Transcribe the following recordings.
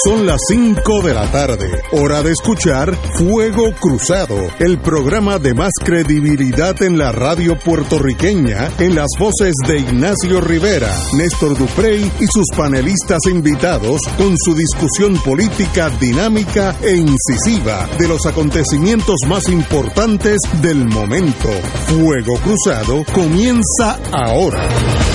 Son las 5 de la tarde, hora de escuchar Fuego Cruzado, el programa de más credibilidad en la radio puertorriqueña, en las voces de Ignacio Rivera, Néstor Duprey y sus panelistas invitados, con su discusión política dinámica e incisiva de los acontecimientos más importantes del momento. Fuego Cruzado comienza ahora.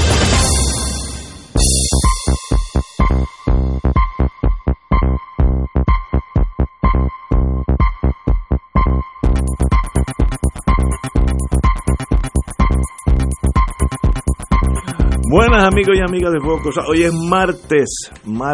Buenas amigos y amigas de Fuego Cruzado. Hoy es martes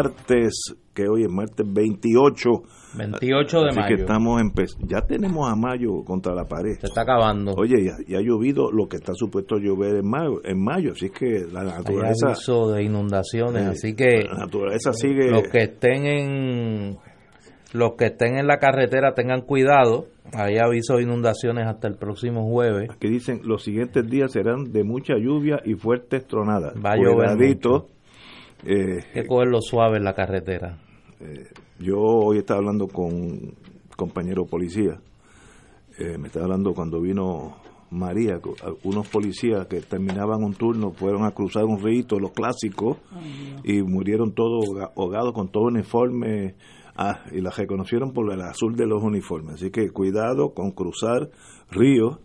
28 de mayo. Así que estamos ya tenemos a mayo contra la pared. Se está acabando. Oye, ya ha llovido lo que está supuesto llover en mayo, así que la naturaleza... Hay aviso de inundaciones, así que la naturaleza sigue... Los que estén en la carretera tengan cuidado. Hay aviso de inundaciones hasta el próximo jueves. Aquí dicen, los siguientes días serán de mucha lluvia y fuertes tronadas. Va a llover mucho. Hay que cogerlo suave en la carretera. Yo hoy estaba hablando con un compañero policía. Me estaba hablando cuando vino María, algunos policías que terminaban un turno fueron a cruzar un río, los clásicos, y murieron todos ahogados con todo uniforme. Y las reconocieron por el azul de los uniformes. Así que cuidado con cruzar ríos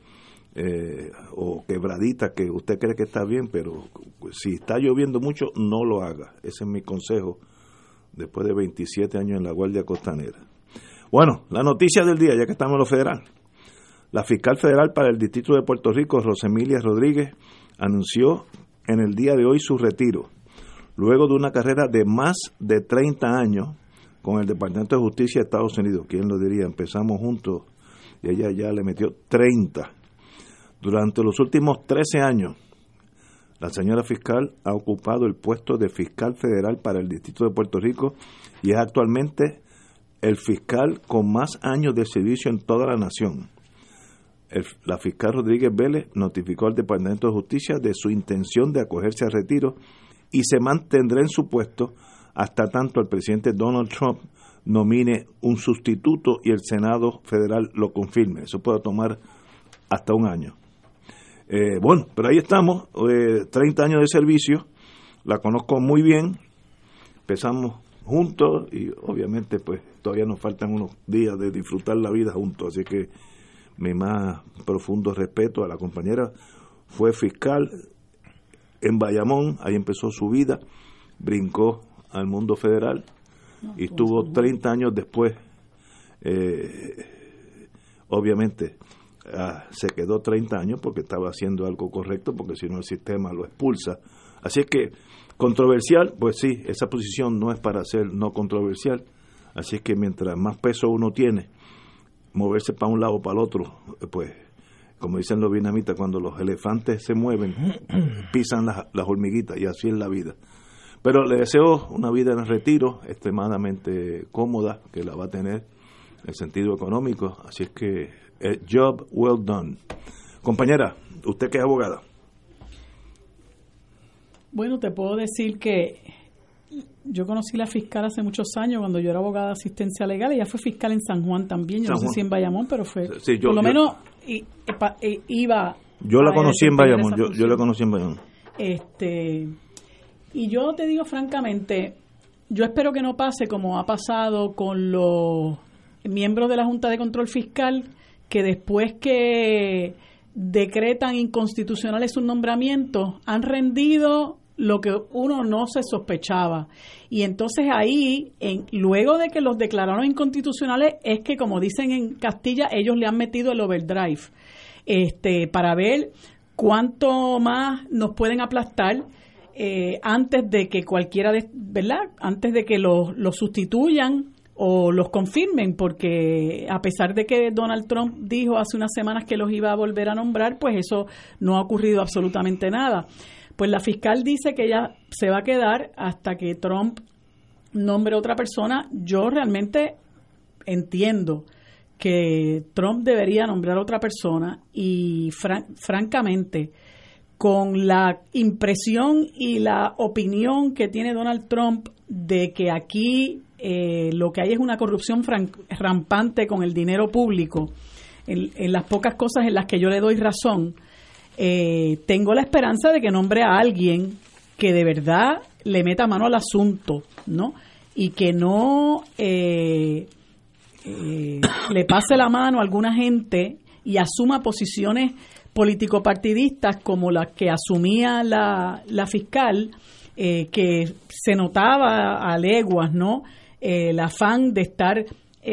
o quebraditas que usted cree que está bien, pero si está lloviendo mucho, no lo haga. Ese es mi consejo después de 27 años en la Guardia Costanera. Bueno, la noticia del día, ya que estamos en lo federal. La fiscal federal para el Distrito de Puerto Rico, Rosemilia Rodríguez, anunció en el día de hoy su retiro, luego de una carrera de más de 30 años con el Departamento de Justicia de Estados Unidos. ¿Quién lo diría? Empezamos juntos y ella ya le metió 30. Durante los últimos 13 años, la señora fiscal ha ocupado el puesto de fiscal federal para el Distrito de Puerto Rico y es actualmente el fiscal con más años de servicio en toda la nación. La fiscal Rodríguez Vélez notificó al Departamento de Justicia de su intención de acogerse al retiro y se mantendrá en su puesto hasta tanto el presidente Donald Trump nomine un sustituto y el Senado federal lo confirme. Eso puede tomar hasta un año. Bueno, pero ahí estamos, 30 años de servicio, la conozco muy bien, empezamos juntos y obviamente pues todavía nos faltan unos días de disfrutar la vida juntos, así que mi más profundo respeto a la compañera. Fue fiscal en Bayamón, ahí empezó su vida, brincó al mundo federal y estuvo 30 años después, obviamente se quedó 30 años porque estaba haciendo algo correcto, porque si no el sistema lo expulsa. Así es que controversial, pues sí, esa posición no es para ser no controversial, así es que mientras más peso uno tiene, moverse para un lado o para el otro, pues como dicen los vietnamitas, cuando los elefantes se mueven, pisan las hormiguitas, y así es la vida. Pero le deseo una vida en retiro extremadamente cómoda, que la va a tener en el sentido económico. Así es que, job well done. Compañera, usted que es abogada. Bueno, te puedo decir que yo conocí a la fiscal hace muchos años, cuando yo era abogada de asistencia legal. Ella fue fiscal en San Juan también. Yo no sé si en Bayamón, pero fue. Sí, por lo menos iba. Yo la conocí en Bayamón. Yo la conocí en Bayamón. Y yo te digo francamente, yo espero que no pase como ha pasado con los miembros de la Junta de Control Fiscal, que después que decretan inconstitucionales sus nombramientos, han rendido lo que uno no se sospechaba. Y entonces ahí, luego de que los declararon inconstitucionales, es que, como dicen en Castilla, ellos le han metido el overdrive para ver cuánto más nos pueden aplastar antes de que antes de que los sustituyan o los confirmen, porque a pesar de que Donald Trump dijo hace unas semanas que los iba a volver a nombrar, pues eso no ha ocurrido absolutamente nada. Pues la fiscal dice que ella se va a quedar hasta que Trump nombre otra persona. Yo realmente entiendo que Trump debería nombrar a otra persona y francamente, con la impresión y la opinión que tiene Donald Trump de que aquí lo que hay es una corrupción rampante con el dinero público, en las pocas cosas en las que yo le doy razón, tengo la esperanza de que nombre a alguien que de verdad le meta mano al asunto, ¿no? Y que no le pase la mano a alguna gente y asuma posiciones político-partidistas como las que asumía la fiscal, que se notaba a leguas, ¿no? El afán de estar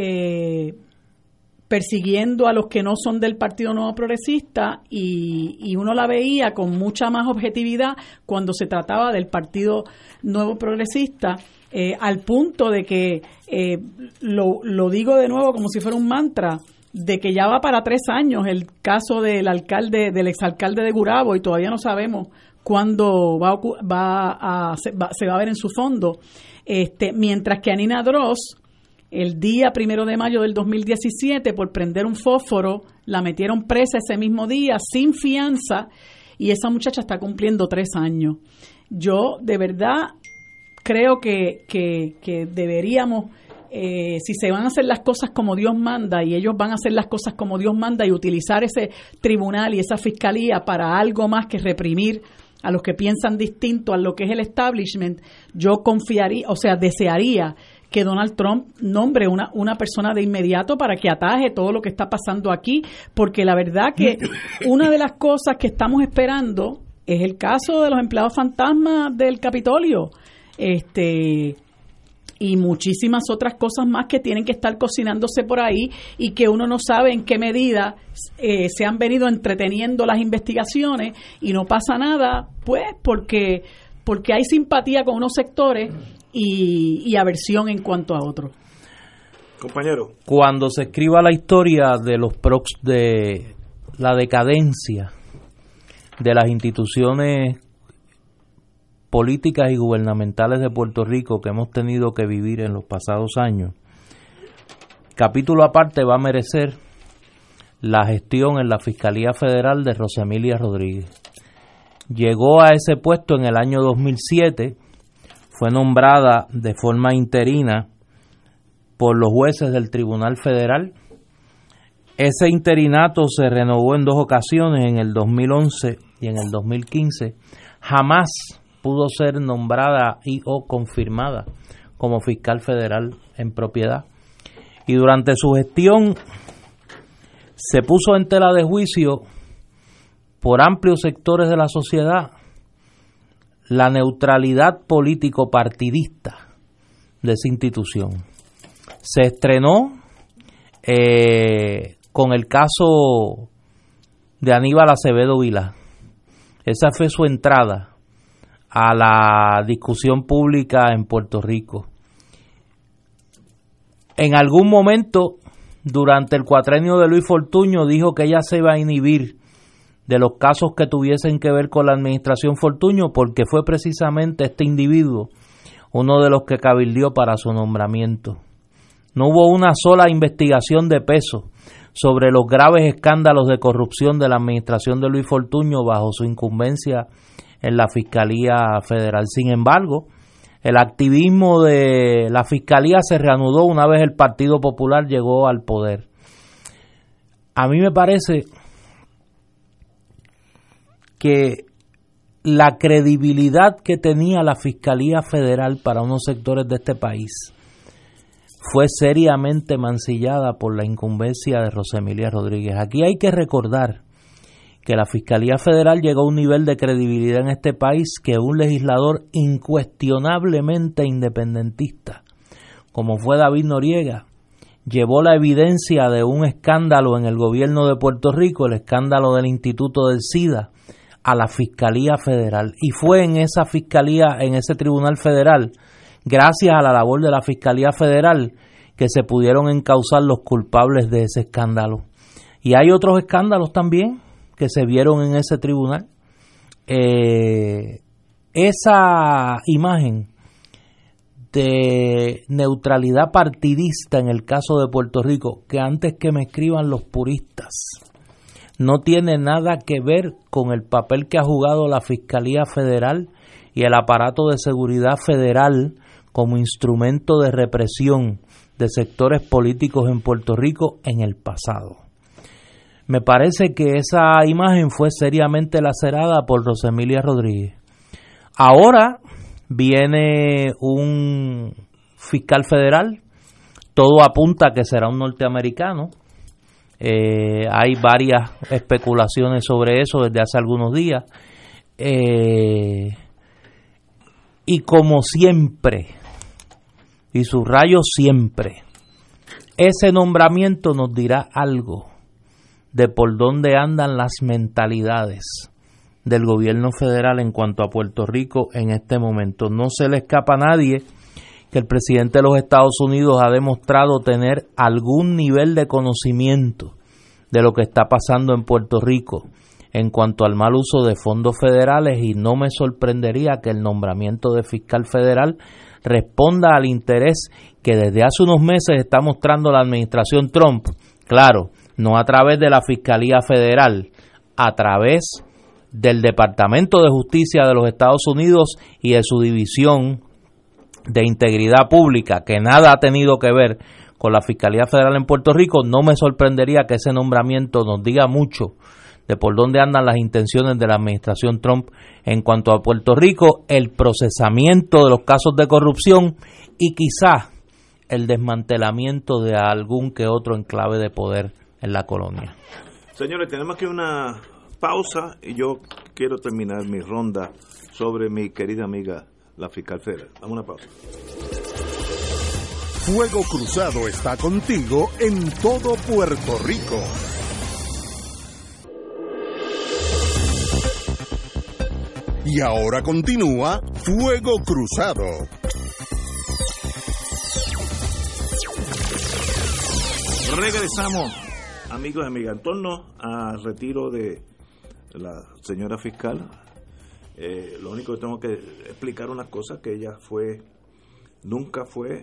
persiguiendo a los que no son del Partido Nuevo Progresista, y uno la veía con mucha más objetividad cuando se trataba del Partido Nuevo Progresista, al punto de que, lo digo de nuevo como si fuera un mantra, de que ya va para 3 años el caso del exalcalde de Gurabo, y todavía no sabemos cuándo se va a ver en su fondo. Mientras que a Nina Dross, el día 1 de mayo del 2017, por prender un fósforo, la metieron presa ese mismo día, sin fianza, y esa muchacha está cumpliendo 3 años. Yo, de verdad, creo que deberíamos, si se van a hacer las cosas como Dios manda, y ellos van a hacer las cosas como Dios manda, y utilizar ese tribunal y esa fiscalía para algo más que reprimir a los que piensan distinto a lo que es el establishment, yo desearía que Donald Trump nombre una persona de inmediato para que ataje todo lo que está pasando aquí, porque la verdad que una de las cosas que estamos esperando es el caso de los empleados fantasmas del Capitolio, y muchísimas otras cosas más que tienen que estar cocinándose por ahí, y que uno no sabe en qué medida se han venido entreteniendo las investigaciones y no pasa nada, pues porque hay simpatía con unos sectores y aversión en cuanto a otros. Compañero, cuando se escriba la historia de de la decadencia de las instituciones políticas y gubernamentales de Puerto Rico que hemos tenido que vivir en los pasados años, capítulo aparte va a merecer la gestión en la Fiscalía Federal de Rosemilia Rodríguez. Llegó a ese puesto en el año 2007, fue nombrada de forma interina por los jueces del Tribunal Federal. Ese interinato se renovó en 2 ocasiones, en el 2011 y en el 2015. Jamás pudo ser nombrada o confirmada como fiscal federal en propiedad. Y durante su gestión se puso en tela de juicio por amplios sectores de la sociedad la neutralidad político-partidista de esa institución. Se estrenó con el caso de Aníbal Acevedo Vilá. Esa fue su entrada a la discusión pública en Puerto Rico. En algún momento, durante el cuatrenio de Luis Fortuño, dijo que ella se iba a inhibir de los casos que tuviesen que ver con la administración Fortuño, porque fue precisamente este individuo uno de los que cabildió para su nombramiento. No hubo una sola investigación de peso sobre los graves escándalos de corrupción de la administración de Luis Fortuño bajo su incumbencia en la Fiscalía Federal. Sin embargo, el activismo de la Fiscalía se reanudó una vez el Partido Popular llegó al poder. A mí me parece que la credibilidad que tenía la Fiscalía Federal para unos sectores de este país fue seriamente mancillada por la incumbencia de Rosemilia Rodríguez. Aquí hay que recordar que la Fiscalía Federal llegó a un nivel de credibilidad en este país que un legislador incuestionablemente independentista, como fue David Noriega, llevó la evidencia de un escándalo en el gobierno de Puerto Rico, el escándalo del Instituto del SIDA, a la Fiscalía Federal. Y fue en esa Fiscalía, en ese Tribunal Federal, gracias a la labor de la Fiscalía Federal, que se pudieron encauzar los culpables de ese escándalo. Y hay otros escándalos también que se vieron en ese tribunal. Esa imagen de neutralidad partidista en el caso de Puerto Rico, que antes que me escriban los puristas, no tiene nada que ver con el papel que ha jugado la Fiscalía Federal y el aparato de seguridad federal como instrumento de represión de sectores políticos en Puerto Rico en el pasado. Me parece que esa imagen fue seriamente lacerada por Rosemilia Rodríguez. Ahora viene un fiscal federal, todo apunta a que será un norteamericano. Hay varias especulaciones sobre eso desde hace algunos días. Y como siempre, y subrayo siempre, ese nombramiento nos dirá algo de por dónde andan las mentalidades del gobierno federal en cuanto a Puerto Rico en este momento. No se le escapa a nadie que el presidente de los Estados Unidos ha demostrado tener algún nivel de conocimiento de lo que está pasando en Puerto Rico en cuanto al mal uso de fondos federales, y no me sorprendería que el nombramiento de fiscal federal responda al interés que desde hace unos meses está mostrando la administración Trump. Claro, no a través de la Fiscalía Federal, a través del Departamento de Justicia de los Estados Unidos y de su división de integridad pública, que nada ha tenido que ver con la Fiscalía Federal en Puerto Rico. No me sorprendería que ese nombramiento nos diga mucho de por dónde andan las intenciones de la administración Trump en cuanto a Puerto Rico, el procesamiento de los casos de corrupción y quizá el desmantelamiento de algún que otro enclave de poder en la colonia. Señores, tenemos aquí una pausa y yo quiero terminar mi ronda sobre mi querida amiga, la fiscal federal. Dame una pausa. Fuego Cruzado está contigo en todo Puerto Rico. Y ahora continúa Fuego Cruzado. Regresamos, amigos y amigas, en torno al retiro de la señora fiscal. Lo único que tengo que explicar unas cosas, que ella nunca fue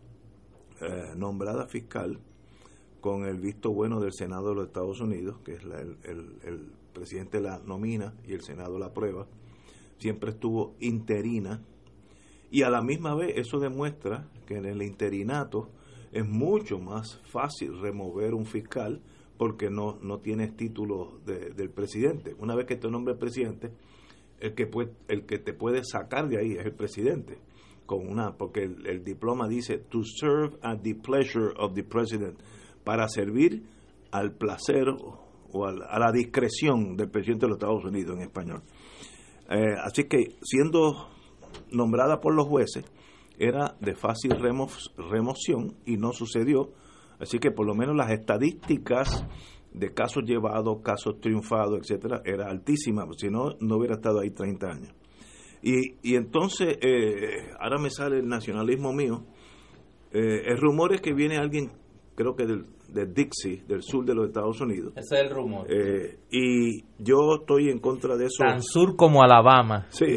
nombrada fiscal con el visto bueno del Senado de los Estados Unidos, que es el presidente la nomina y el Senado la aprueba. Siempre estuvo interina, y a la misma vez eso demuestra que en el interinato es mucho más fácil remover un fiscal porque no tienes título del presidente. Una vez que te nombra el presidente, el que te puede sacar de ahí es el presidente, porque el diploma dice to serve at the pleasure of the president, para servir al placer o a la discreción del presidente de los Estados Unidos en español. Así que, siendo nombrada por los jueces, era de fácil remoción y no sucedió. Así que por lo menos las estadísticas de casos llevados, casos triunfados, etcétera, era altísima, si no hubiera estado ahí 30 años. Y entonces, ahora me sale el nacionalismo mío. El rumor es que viene alguien, creo que de Dixie, del sur de los Estados Unidos. Ese es el rumor. Y yo estoy en contra de eso. Tan sur como Alabama. Sí.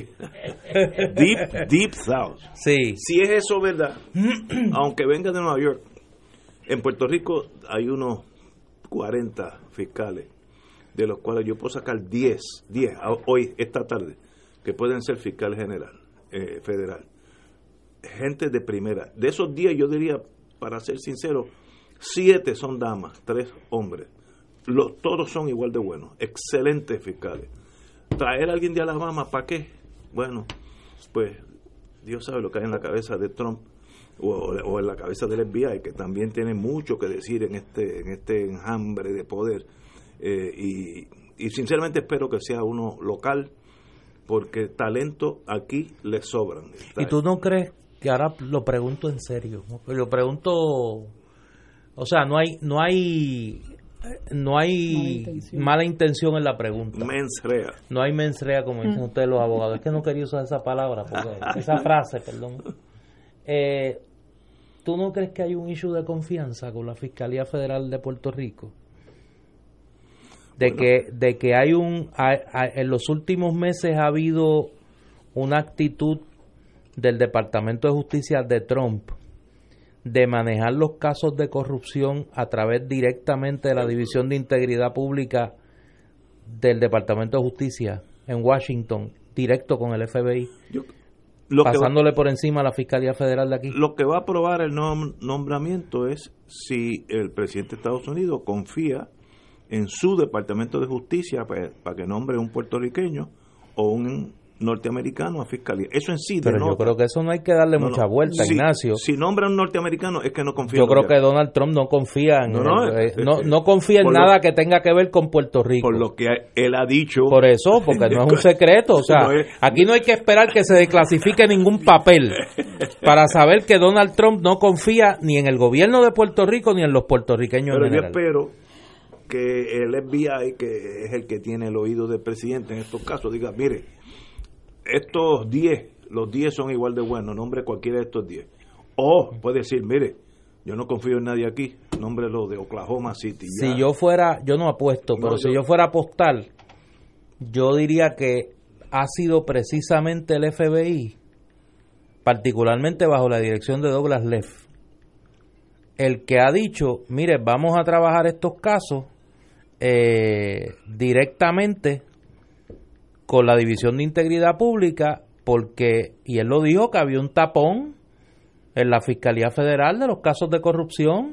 Deep South. Sí. Si es eso verdad, aunque venga de Nueva York, en Puerto Rico hay unos 40 fiscales, de los cuales yo puedo sacar 10 hoy, esta tarde, que pueden ser fiscal general, federal. Gente de primera. De esos 10, yo diría, para ser sincero, 7 son damas, 3 hombres. Todos son igual de buenos, excelentes fiscales. Traer a alguien de Alabama, ¿para qué? Bueno, pues Dios sabe lo que hay en la cabeza de Trump o en la cabeza del FBI, que también tiene mucho que decir en este enjambre de poder. Y sinceramente espero que sea uno local, porque talento aquí le sobran. ¿Y tú no crees que ahora lo pregunto en serio? Lo pregunto, o sea, no hay mala intención en la pregunta. Mens rea. No hay mens rea, como dicen ustedes los abogados. Es que no quería usar esa palabra, esa frase, perdón. ¿Tú no crees que hay un issue de confianza con la Fiscalía Federal de Puerto Rico? De que hay en los últimos meses ha habido una actitud del Departamento de Justicia de Trump de manejar los casos de corrupción a través directamente de la División de Integridad Pública del Departamento de Justicia en Washington directo con el FBI, pasándole por encima a la Fiscalía Federal de aquí. Lo que va a aprobar el nombramiento es si el presidente de Estados Unidos confía en su Departamento de Justicia para que nombre un puertorriqueño o un norteamericano a fiscalía. Eso en sí pero yo creo que eso no hay que darle mucha vuelta, Ignacio. Si nombra a un norteamericano es que no confía. Yo creo que Donald Trump no confía en no confía en nada que tenga que ver con Puerto Rico. Por lo que él ha dicho. Por eso, porque no es un secreto. O sea, aquí no hay que esperar que se desclasifique ningún papel para saber que Donald Trump no confía ni en el gobierno de Puerto Rico ni en los puertorriqueños en general. Pero yo espero que el FBI, que es el que tiene el oído del presidente en estos casos, diga, mire, estos 10, los 10 son igual de buenos, nombre cualquiera de estos 10. O puede decir, mire, yo no confío en nadie aquí, nómbrelo de Oklahoma City. Ya. Si yo fuera, yo no apuesto, pero si yo fuera a apostar, yo diría que ha sido precisamente el FBI, particularmente bajo la dirección de Douglas Leff, el que ha dicho, mire, vamos a trabajar estos casos directamente con la División de Integridad Pública, porque, y él lo dijo, que había un tapón en la Fiscalía Federal de los casos de corrupción,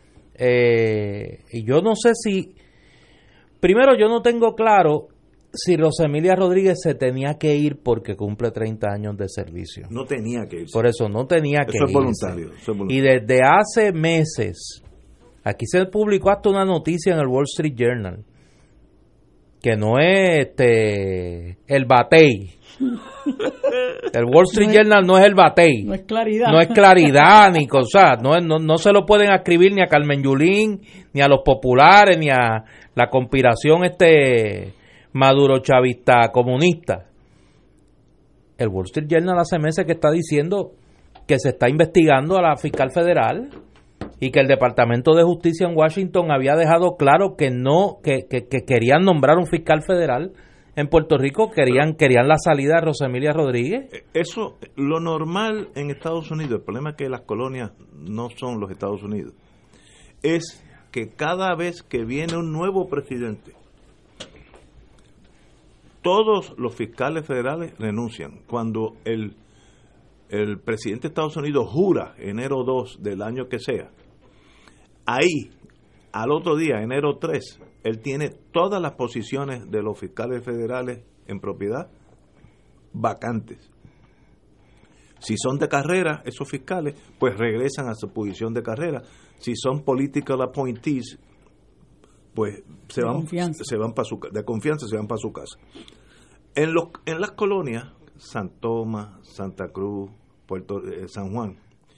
y yo no sé si, primero yo no tengo claro si Rosemilia Rodríguez se tenía que ir porque cumple 30 años de servicio. No tenía que irse. Por eso no tenía que irse. Eso es voluntario. Y desde hace meses, aquí se publicó hasta una noticia en el Wall Street Journal, que no es el batey. El Wall Street Journal no es el batey. No es claridad. No es claridad ni cosa. No se lo pueden escribir ni a Carmen Yulín, ni a los populares, ni a la conspiración Maduro chavista comunista. El Wall Street Journal hace meses que está diciendo que se está investigando a la fiscal federal y que el Departamento de Justicia en Washington había dejado claro que no, que querían nombrar un fiscal federal en Puerto Rico, querían la salida de Rosemilia Rodríguez. Eso, lo normal en Estados Unidos, el problema es que las colonias no son los Estados Unidos, es que cada vez que viene un nuevo presidente, todos los fiscales federales renuncian. Cuando el presidente de Estados Unidos jura enero 2 del año que sea, ahí, al otro día, enero 3, él tiene todas las posiciones de los fiscales federales en propiedad vacantes. Si son de carrera, esos fiscales, pues regresan a su posición de carrera. Si son political appointees, pues se van para su de confianza, se van para su casa. En las colonias, San Tomás, Santa Cruz, San Juan,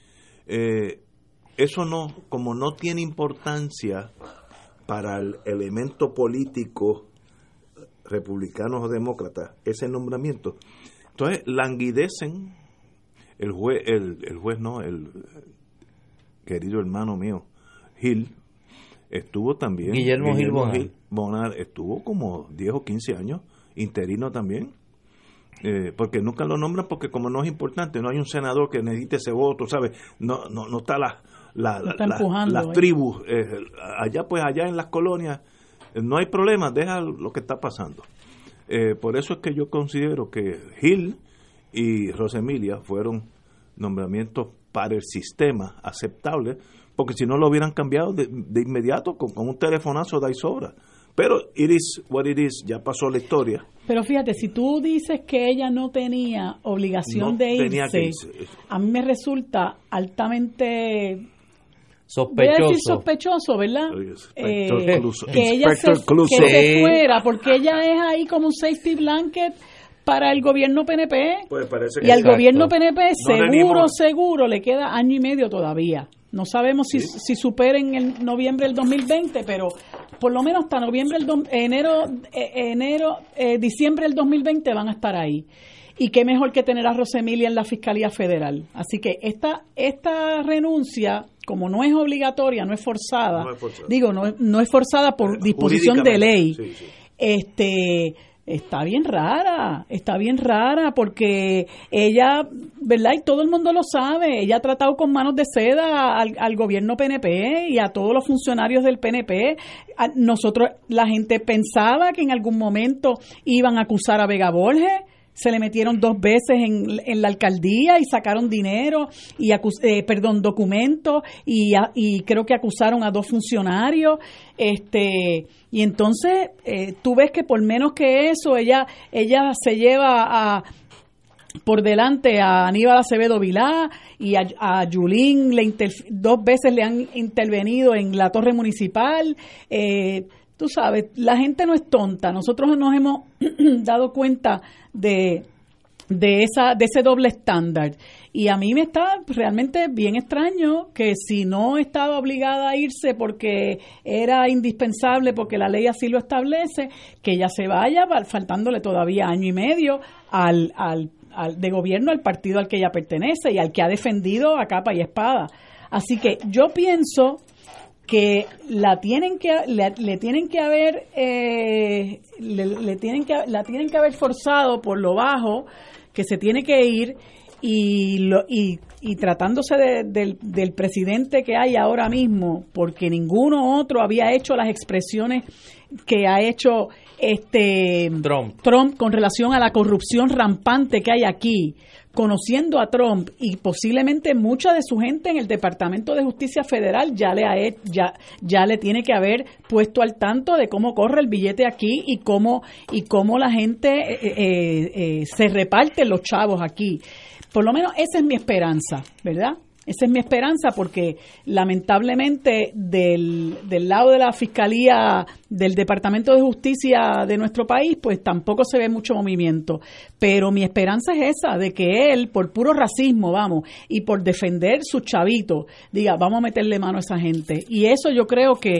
eso no, como no tiene importancia para el elemento político republicanos o demócratas, ese nombramiento, entonces languidecen. El querido hermano mío Gil estuvo también, Guillermo Gil Bonar estuvo como 10 o 15 años interino también, porque nunca lo nombran, porque como no es importante, no hay un senador que necesite ese voto, ¿sabes? No está las tribus allá en las colonias, no hay problema, deja lo que está pasando. Por eso es que yo considero que Gil y Rosemilia fueron nombramientos para el sistema aceptables, porque si no lo hubieran cambiado de inmediato con un telefonazo de ahí sobra. Pero it is what it is, ya pasó la historia. Pero fíjate, si tú dices que ella no tenía obligación de irse, a mí me resulta altamente sospechoso, ¿verdad? Que ella se fuera, porque ella es ahí como un safety blanket para el gobierno PNP, pues parece que y al gobierno PNP seguro le queda año y medio todavía. No sabemos si superen el noviembre del 2020, pero por lo menos hasta diciembre del 2020 van a estar ahí. Y qué mejor que tener a Rosemilia en la Fiscalía Federal. Así que esta renuncia, como no es obligatoria, no es forzada, no es forzada por disposición de ley, está bien rara porque ella, ¿verdad? Y todo el mundo lo sabe, ella ha tratado con manos de seda al gobierno PNP y a todos los funcionarios del PNP. Nosotros, la gente pensaba que en algún momento iban a acusar a Vega Borges. Se le metieron 2 veces en la alcaldía y sacaron dinero y documentos y creo que acusaron a 2 funcionarios. Y entonces tú ves que por menos que eso ella se lleva por delante a Aníbal Acevedo Vilá y a Yulín 2 veces le han intervenido en la torre municipal. Tú sabes, la gente no es tonta. Nosotros nos hemos dado cuenta de ese doble estándar. Y a mí me está realmente bien extraño que si no estaba obligada a irse porque era indispensable, porque la ley así lo establece, que ella se vaya faltándole todavía 1 año y medio de gobierno al partido al que ella pertenece y al que ha defendido a capa y espada. Así que yo pienso que la tienen que haber forzado por lo bajo, que se tiene que ir y tratándose del presidente que hay ahora mismo, porque ninguno otro había hecho las expresiones que ha hecho Trump con relación a la corrupción rampante que hay aquí. Conociendo a Trump y posiblemente mucha de su gente en el Departamento de Justicia Federal ya le tiene que haber puesto al tanto de cómo corre el billete aquí y cómo la gente se reparte los chavos aquí. Por lo menos esa es mi esperanza, ¿verdad? Esa es mi esperanza porque lamentablemente del lado de la Fiscalía del Departamento de Justicia de nuestro país pues tampoco se ve mucho movimiento, pero mi esperanza es esa, de que él por puro racismo, y por defender sus chavitos, diga, vamos a meterle mano a esa gente. Y eso yo creo que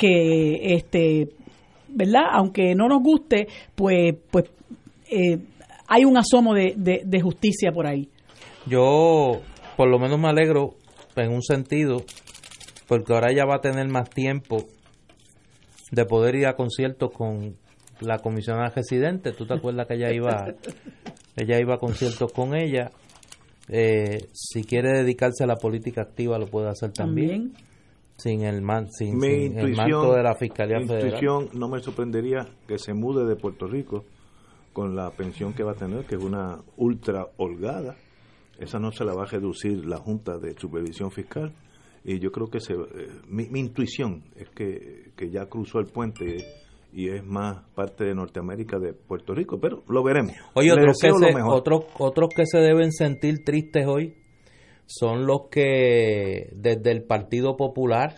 ¿verdad? Aunque no nos guste, pues hay un asomo de justicia por ahí. Yo por lo menos me alegro en un sentido, porque ahora ella va a tener más tiempo de poder ir a conciertos con la comisionada residente. ¿Tú te acuerdas que ella iba a conciertos con ella? Si quiere dedicarse a la política activa lo puede hacer también. Sin el manto de la Fiscalía Federal. Mi intuición no me sorprendería que se mude de Puerto Rico con la pensión que va a tener, que es una ultra holgada. Esa no se la va a reducir la Junta de Supervisión Fiscal. Y yo creo que mi intuición es que ya cruzó el puente y es más parte de Norteamérica de Puerto Rico, pero lo veremos. Oye, otros que se deben sentir tristes hoy son los que desde el Partido Popular,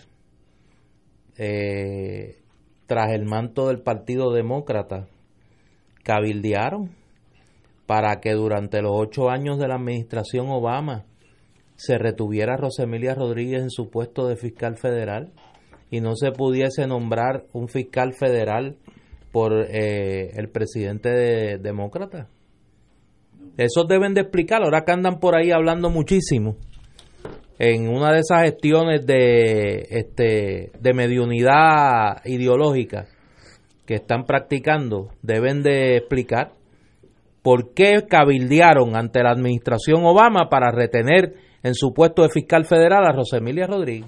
tras el manto del Partido Demócrata, cabildearon para que durante los 8 años de la administración Obama se retuviera a Rosemilia Rodríguez en su puesto de fiscal federal y no se pudiese nombrar un fiscal federal por el presidente demócrata. Eso deben de explicar, ahora que andan por ahí hablando muchísimo en una de esas gestiones de mediunidad ideológica que están practicando, deben de explicar por qué cabildearon ante la administración Obama para retener en su puesto de fiscal federal a Rosemilia Rodríguez.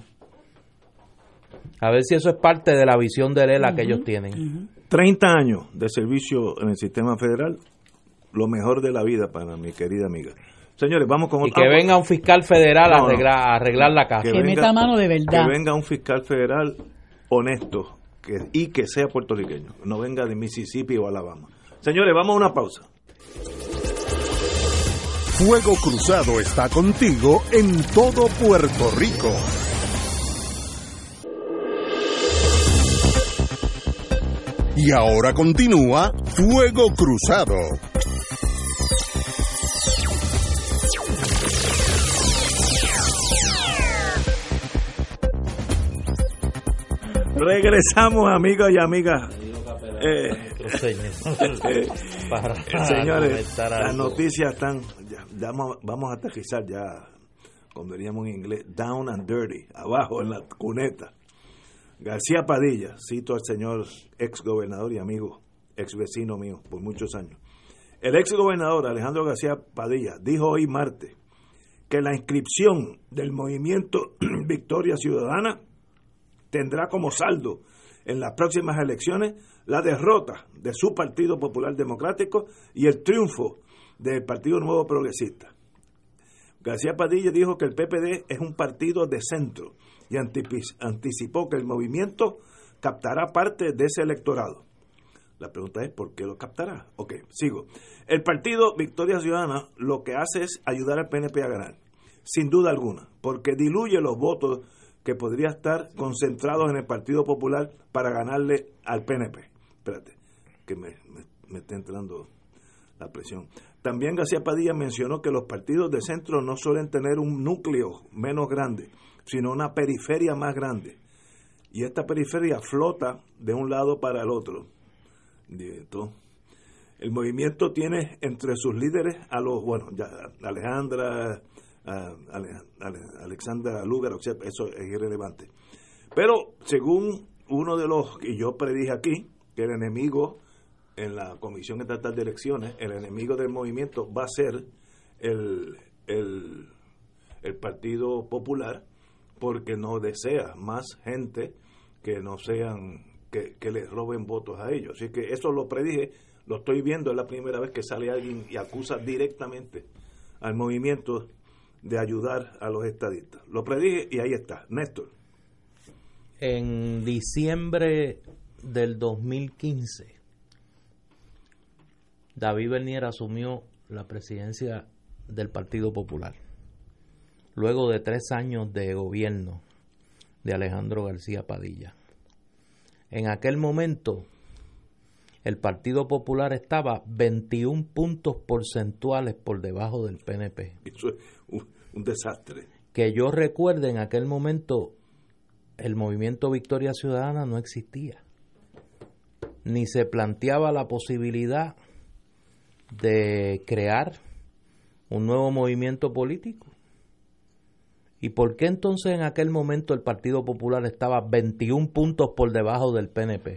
A ver si eso es parte de la visión de Lela que ellos tienen. 30 años de servicio en el sistema federal, lo mejor de la vida para mi querida amiga. Señores, vamos con otra. Y que venga un fiscal federal a arreglar la casa. Que meta mano de verdad. Que venga un fiscal federal honesto y que sea puertorriqueño. No venga de Mississippi o Alabama. Señores, vamos a una pausa. Fuego Cruzado está contigo en todo Puerto Rico. Y ahora continúa Fuego Cruzado. Regresamos, amigos y amigas. Señores, las noticias están, vamos a aterrizar ya, como diríamos en inglés, down and dirty, abajo en la cuneta. García Padilla, cito al señor ex gobernador y amigo ex vecino mío por muchos años. El ex gobernador Alejandro García Padilla dijo hoy martes que la inscripción del movimiento Victoria Ciudadana tendrá como saldo en las próximas elecciones la derrota de su Partido Popular Democrático y el triunfo del Partido Nuevo Progresista. García Padilla dijo que el PPD es un partido de centro y anticipó que el movimiento captará parte de ese electorado. La pregunta es, ¿por qué lo captará? Ok, sigo. El partido Victoria Ciudadana lo que hace es ayudar al PNP a ganar, sin duda alguna, porque diluye los votos que podría estar concentrados en el Partido Popular para ganarle al PNP. Espérate, que me está entrando la presión. También García Padilla mencionó que los partidos de centro no suelen tener un núcleo menos grande, sino una periferia más grande. Y esta periferia flota de un lado para el otro. El movimiento tiene entre sus líderes a los, Alexandra Lúgaro, eso es irrelevante. Pero según uno de los que yo predije aquí, que el enemigo en la Comisión Estatal de Elecciones, el enemigo del movimiento va a ser el Partido Popular, porque no desea más gente que no sean, que les roben votos a ellos. Así que eso lo predije, lo estoy viendo, es la primera vez que sale alguien y acusa directamente al movimiento de ayudar a los estadistas. Lo predije y ahí está. Néstor. En diciembre del 2015, David Bernier asumió la presidencia del Partido Popular, luego de 3 años de gobierno de Alejandro García Padilla. En aquel momento, el Partido Popular estaba 21 puntos porcentuales por debajo del PNP. Eso es un desastre. Que yo recuerde, en aquel momento, el movimiento Victoria Ciudadana no existía. Ni se planteaba la posibilidad de crear un nuevo movimiento político. ¿Y por qué entonces en aquel momento el Partido Popular estaba 21 puntos por debajo del PNP?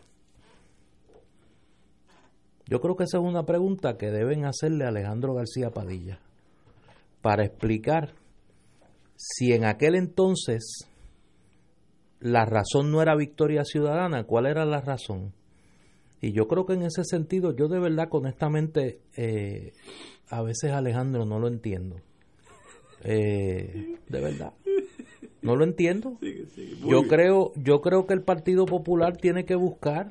Yo creo que esa es una pregunta que deben hacerle a Alejandro García Padilla para explicar si en aquel entonces la razón no era Victoria Ciudadana, ¿cuál era la razón? Y yo creo que en ese sentido, yo de verdad, honestamente, a veces, Alejandro, no lo entiendo. De verdad, no lo entiendo. Yo creo que el Partido Popular tiene que buscar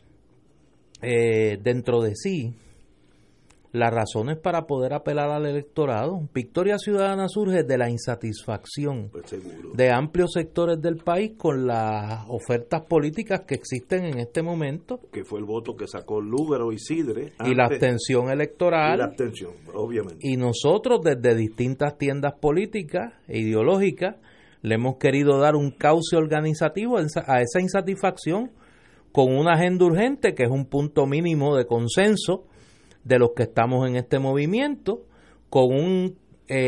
dentro de sí las razones para poder apelar al electorado. Victoria Ciudadana surge de la insatisfacción de amplios sectores del país con las ofertas políticas que existen en este momento. Que fue el voto que sacó Lúgaro y Sidre. Y la abstención electoral. Y la abstención, obviamente. Y nosotros desde distintas tiendas políticas e ideológicas le hemos querido dar un cauce organizativo a esa insatisfacción con una agenda urgente que es un punto mínimo de consenso de los que estamos en este movimiento, con un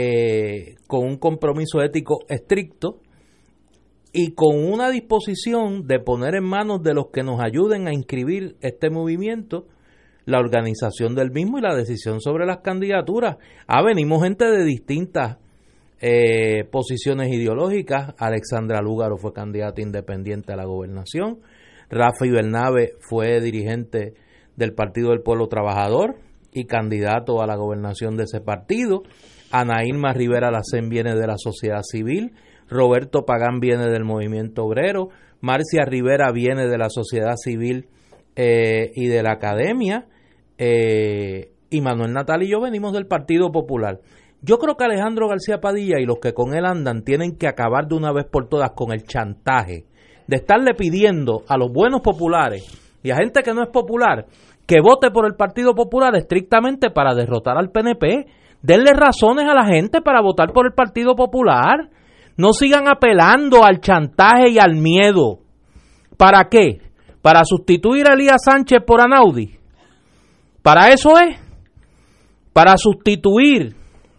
compromiso ético estricto y con una disposición de poner en manos de los que nos ayuden a inscribir este movimiento la organización del mismo y la decisión sobre las candidaturas. Venimos gente de distintas posiciones ideológicas. Alexandra Lúgaro fue candidata independiente a la gobernación. Rafi Bernabe fue dirigente del Partido del Pueblo Trabajador y candidato a la gobernación de ese partido. Ana Irma Rivera Lacén viene de la sociedad civil. Roberto Pagán viene del movimiento obrero. Marcia Rivera viene de la sociedad civil y de la academia. Y Manuel Natal y yo venimos del Partido Popular. Yo creo que Alejandro García Padilla y los que con él andan tienen que acabar de una vez por todas con el chantaje de estarle pidiendo a los buenos populares y a gente que no es popular que vote por el Partido Popular estrictamente para derrotar al PNP. Denle razones a la gente para votar por el Partido Popular. No sigan apelando al chantaje y al miedo. ¿Para qué? ¿Para sustituir a Elías Sánchez por Anaudi? ¿Para eso es? ¿Para sustituir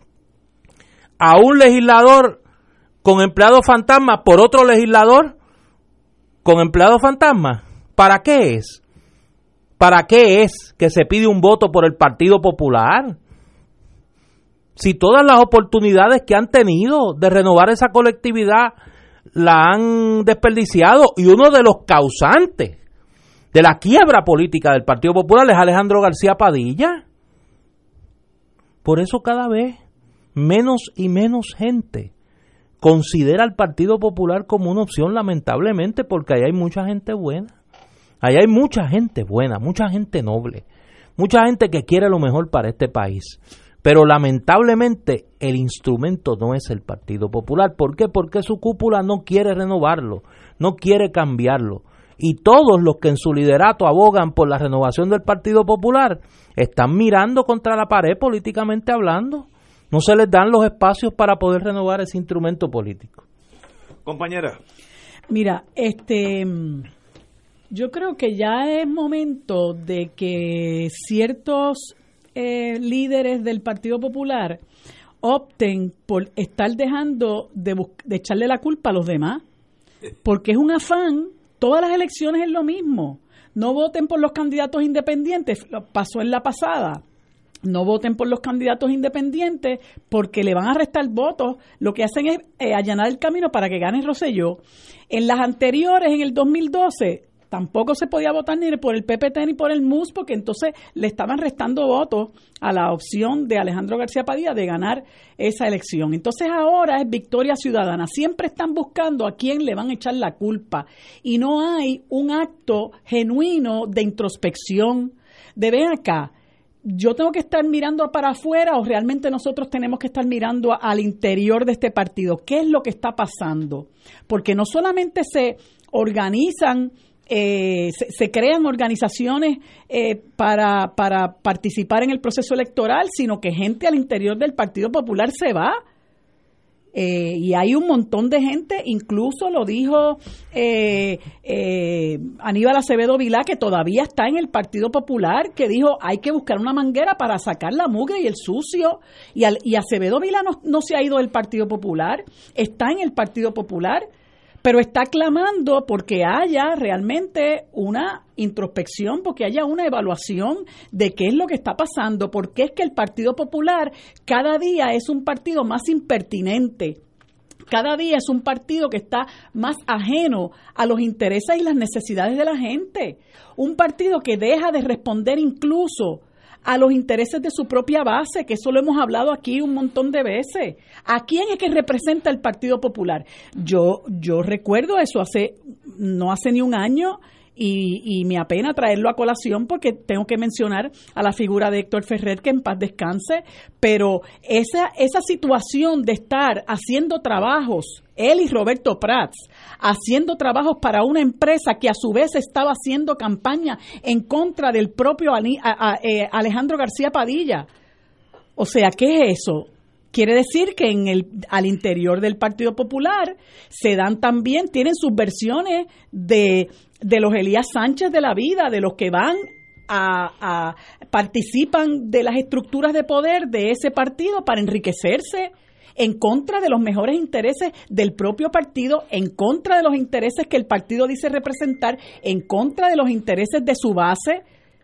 a un legislador con empleado fantasma por otro legislador con empleado fantasma? ¿Para qué es? ¿Para qué es que se pide un voto por el Partido Popular? Si todas las oportunidades que han tenido de renovar esa colectividad la han desperdiciado, y uno de los causantes de la quiebra política del Partido Popular es Alejandro García Padilla. Por eso cada vez menos y menos gente considera al Partido Popular como una opción, lamentablemente, porque ahí hay mucha gente buena. Ahí hay mucha gente buena, mucha gente noble, mucha gente que quiere lo mejor para este país. Pero lamentablemente el instrumento no es el Partido Popular. ¿Por qué? Porque su cúpula no quiere renovarlo, no quiere cambiarlo. Y todos los que en su liderato abogan por la renovación del Partido Popular están mirando contra la pared políticamente hablando. No se les dan los espacios para poder renovar ese instrumento político. Compañera. Mira, yo creo que ya es momento de que ciertos líderes del Partido Popular opten por estar dejando de echarle la culpa a los demás, porque es un afán. Todas las elecciones es lo mismo. No voten por los candidatos independientes, pasó en la pasada. No voten por los candidatos independientes porque le van a restar votos. Lo que hacen es allanar el camino para que gane Rosselló. En las anteriores, en el 2012, tampoco se podía votar ni por el PPT ni por el MUS, porque entonces le estaban restando votos a la opción de Alejandro García Padilla de ganar esa elección. Entonces ahora es victoria ciudadana. Siempre están buscando a quién le van a echar la culpa. Y no hay un acto genuino de introspección, de ven acá, yo tengo que estar mirando para afuera o realmente nosotros tenemos que estar mirando al interior de este partido. ¿Qué es lo que está pasando? Porque no solamente se organizan, se crean organizaciones para participar en el proceso electoral, sino que gente al interior del Partido Popular se va. Y hay un montón de gente, incluso lo dijo Aníbal Acevedo Vilá, que todavía está en el Partido Popular, que dijo hay que buscar una manguera para sacar la mugre y el sucio, y Acevedo Vilá no se ha ido del Partido Popular, está en el Partido Popular, pero está clamando porque haya realmente una introspección, porque haya una evaluación de qué es lo que está pasando, porque es que el Partido Popular cada día es un partido más impertinente, cada día es un partido que está más ajeno a los intereses y las necesidades de la gente, un partido que deja de responder incluso a los intereses de su propia base, que eso lo hemos hablado aquí un montón de veces. ¿A quién es que representa el Partido Popular? Yo recuerdo eso no hace ni un año y me apena traerlo a colación porque tengo que mencionar a la figura de Héctor Ferrer, que en paz descanse, pero esa situación de estar haciendo trabajos, él y Roberto Prats, haciendo trabajos para una empresa que a su vez estaba haciendo campaña en contra del propio Alejandro García Padilla. O sea, ¿qué es eso? Quiere decir que al interior del Partido Popular se dan también, tienen sus versiones de los Elías Sánchez de la vida, de los que van participan de las estructuras de poder de ese partido para enriquecerse en contra de los mejores intereses del propio partido, en contra de los intereses que el partido dice representar, en contra de los intereses de su base.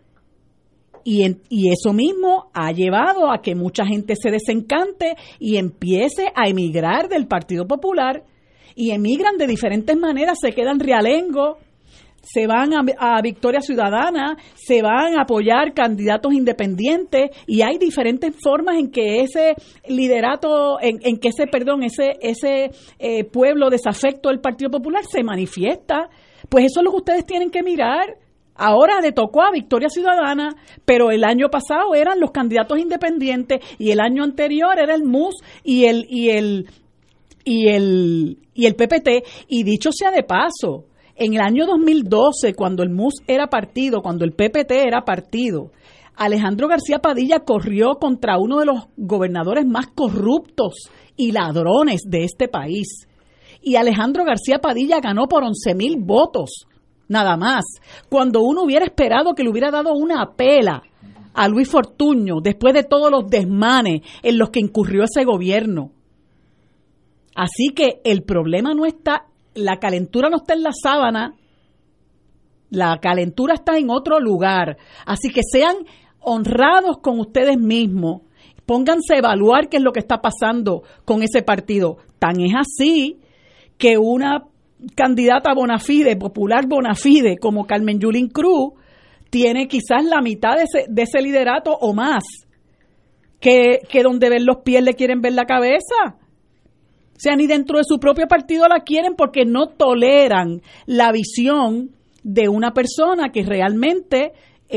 Y eso mismo ha llevado a que mucha gente se desencante y empiece a emigrar del Partido Popular, y emigran de diferentes maneras, se quedan realengo, se van a Victoria Ciudadana, se van a apoyar candidatos independientes, y hay diferentes formas en que ese liderato, en que ese pueblo desafecto del Partido Popular se manifiesta. Pues eso es lo que ustedes tienen que mirar. Ahora le tocó a Victoria Ciudadana, pero el año pasado eran los candidatos independientes y el año anterior era el MUS y el PPT. Y dicho sea de paso, en el año 2012, cuando el MUS era partido, cuando el PPT era partido, Alejandro García Padilla corrió contra uno de los gobernadores más corruptos y ladrones de este país. Y Alejandro García Padilla ganó por 11,000 votos. Nada más, cuando uno hubiera esperado que le hubiera dado una pela a Luis Fortuño después de todos los desmanes en los que incurrió ese gobierno. Así que el problema no está, la calentura no está en la sábana, La calentura está en otro lugar. Así que sean honrados con ustedes mismos. Pónganse a evaluar qué es lo que está pasando con ese partido. Tan es así que una candidata bona fide, popular bona fide, como Carmen Yulín Cruz, tiene quizás la mitad de ese liderato o más, que donde ven los pies le quieren ver la cabeza. O sea, ni dentro de su propio partido la quieren porque no toleran la visión de una persona que realmente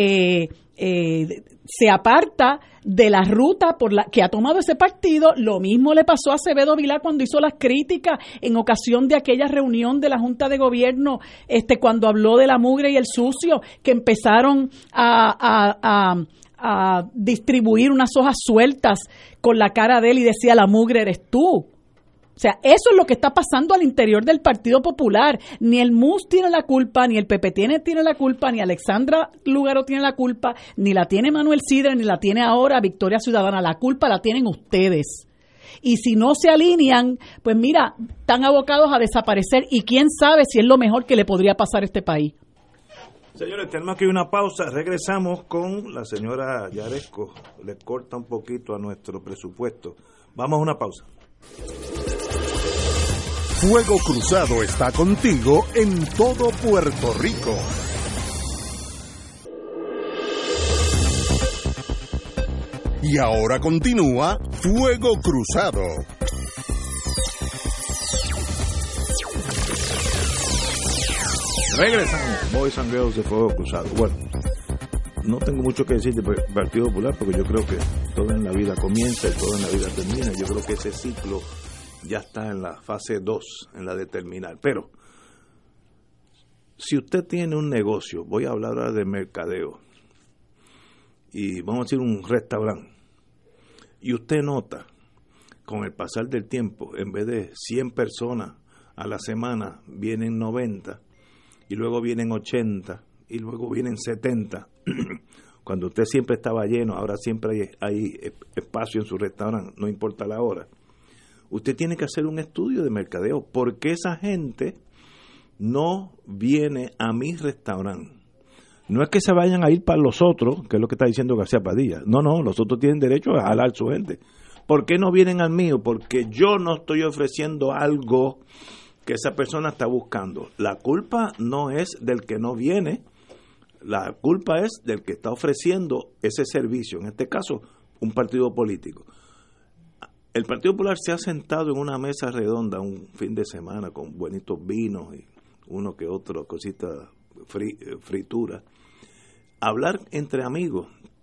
se aparta de la ruta por la que ha tomado ese partido. Lo mismo le pasó a Acevedo Vilá cuando hizo las críticas en ocasión de aquella reunión de la Junta de Gobierno, cuando habló de la mugre y el sucio, que empezaron a distribuir unas hojas sueltas con la cara de él y decía: la mugre eres tú. O sea, eso es lo que está pasando al interior del Partido Popular. Ni el MUS tiene la culpa, ni el PP tiene la culpa, ni Alexandra Lúgaro tiene la culpa, ni la tiene Manuel Sidre, ni la tiene ahora Victoria Ciudadana. La culpa la tienen ustedes. Y si no se alinean, pues mira, están abocados a desaparecer. Y quién sabe si es lo mejor que le podría pasar a este país. Señores, tenemos aquí una pausa. Regresamos con la señora Yaresco. Le corta un poquito a nuestro presupuesto. Vamos a una pausa. Fuego Cruzado está contigo en todo Puerto Rico. Y ahora continúa Fuego Cruzado. Regresamos. Boys and Girls de Fuego Cruzado. Bueno, no tengo mucho que decir del Partido Popular porque yo creo que todo en la vida comienza y todo en la vida termina. Yo creo que ese ciclo ya está en la fase 2, en la de terminar. Pero, si usted tiene un negocio, voy a hablar ahora de mercadeo, y vamos a decir un restaurante, y usted nota, con el pasar del tiempo, en vez de 100 personas a la semana, vienen 90, y luego vienen 80, y luego vienen 70. Cuando usted siempre estaba lleno, ahora siempre hay espacio en su restaurante, no importa la hora. Usted tiene que hacer un estudio de mercadeo. ¿Por qué esa gente no viene a mi restaurante? No es que se vayan a ir para los otros, que es lo que está diciendo García Padilla. No, los otros tienen derecho a jalar su gente. ¿Por qué no vienen al mío? Porque yo no estoy ofreciendo algo que esa persona está buscando. La culpa no es del que no viene, la culpa es del que está ofreciendo ese servicio, en este caso, un partido político. El Partido Popular se ha sentado en una mesa redonda un fin de semana con buenitos vinos y uno que otro cosita fritura. Hablar entre amigos.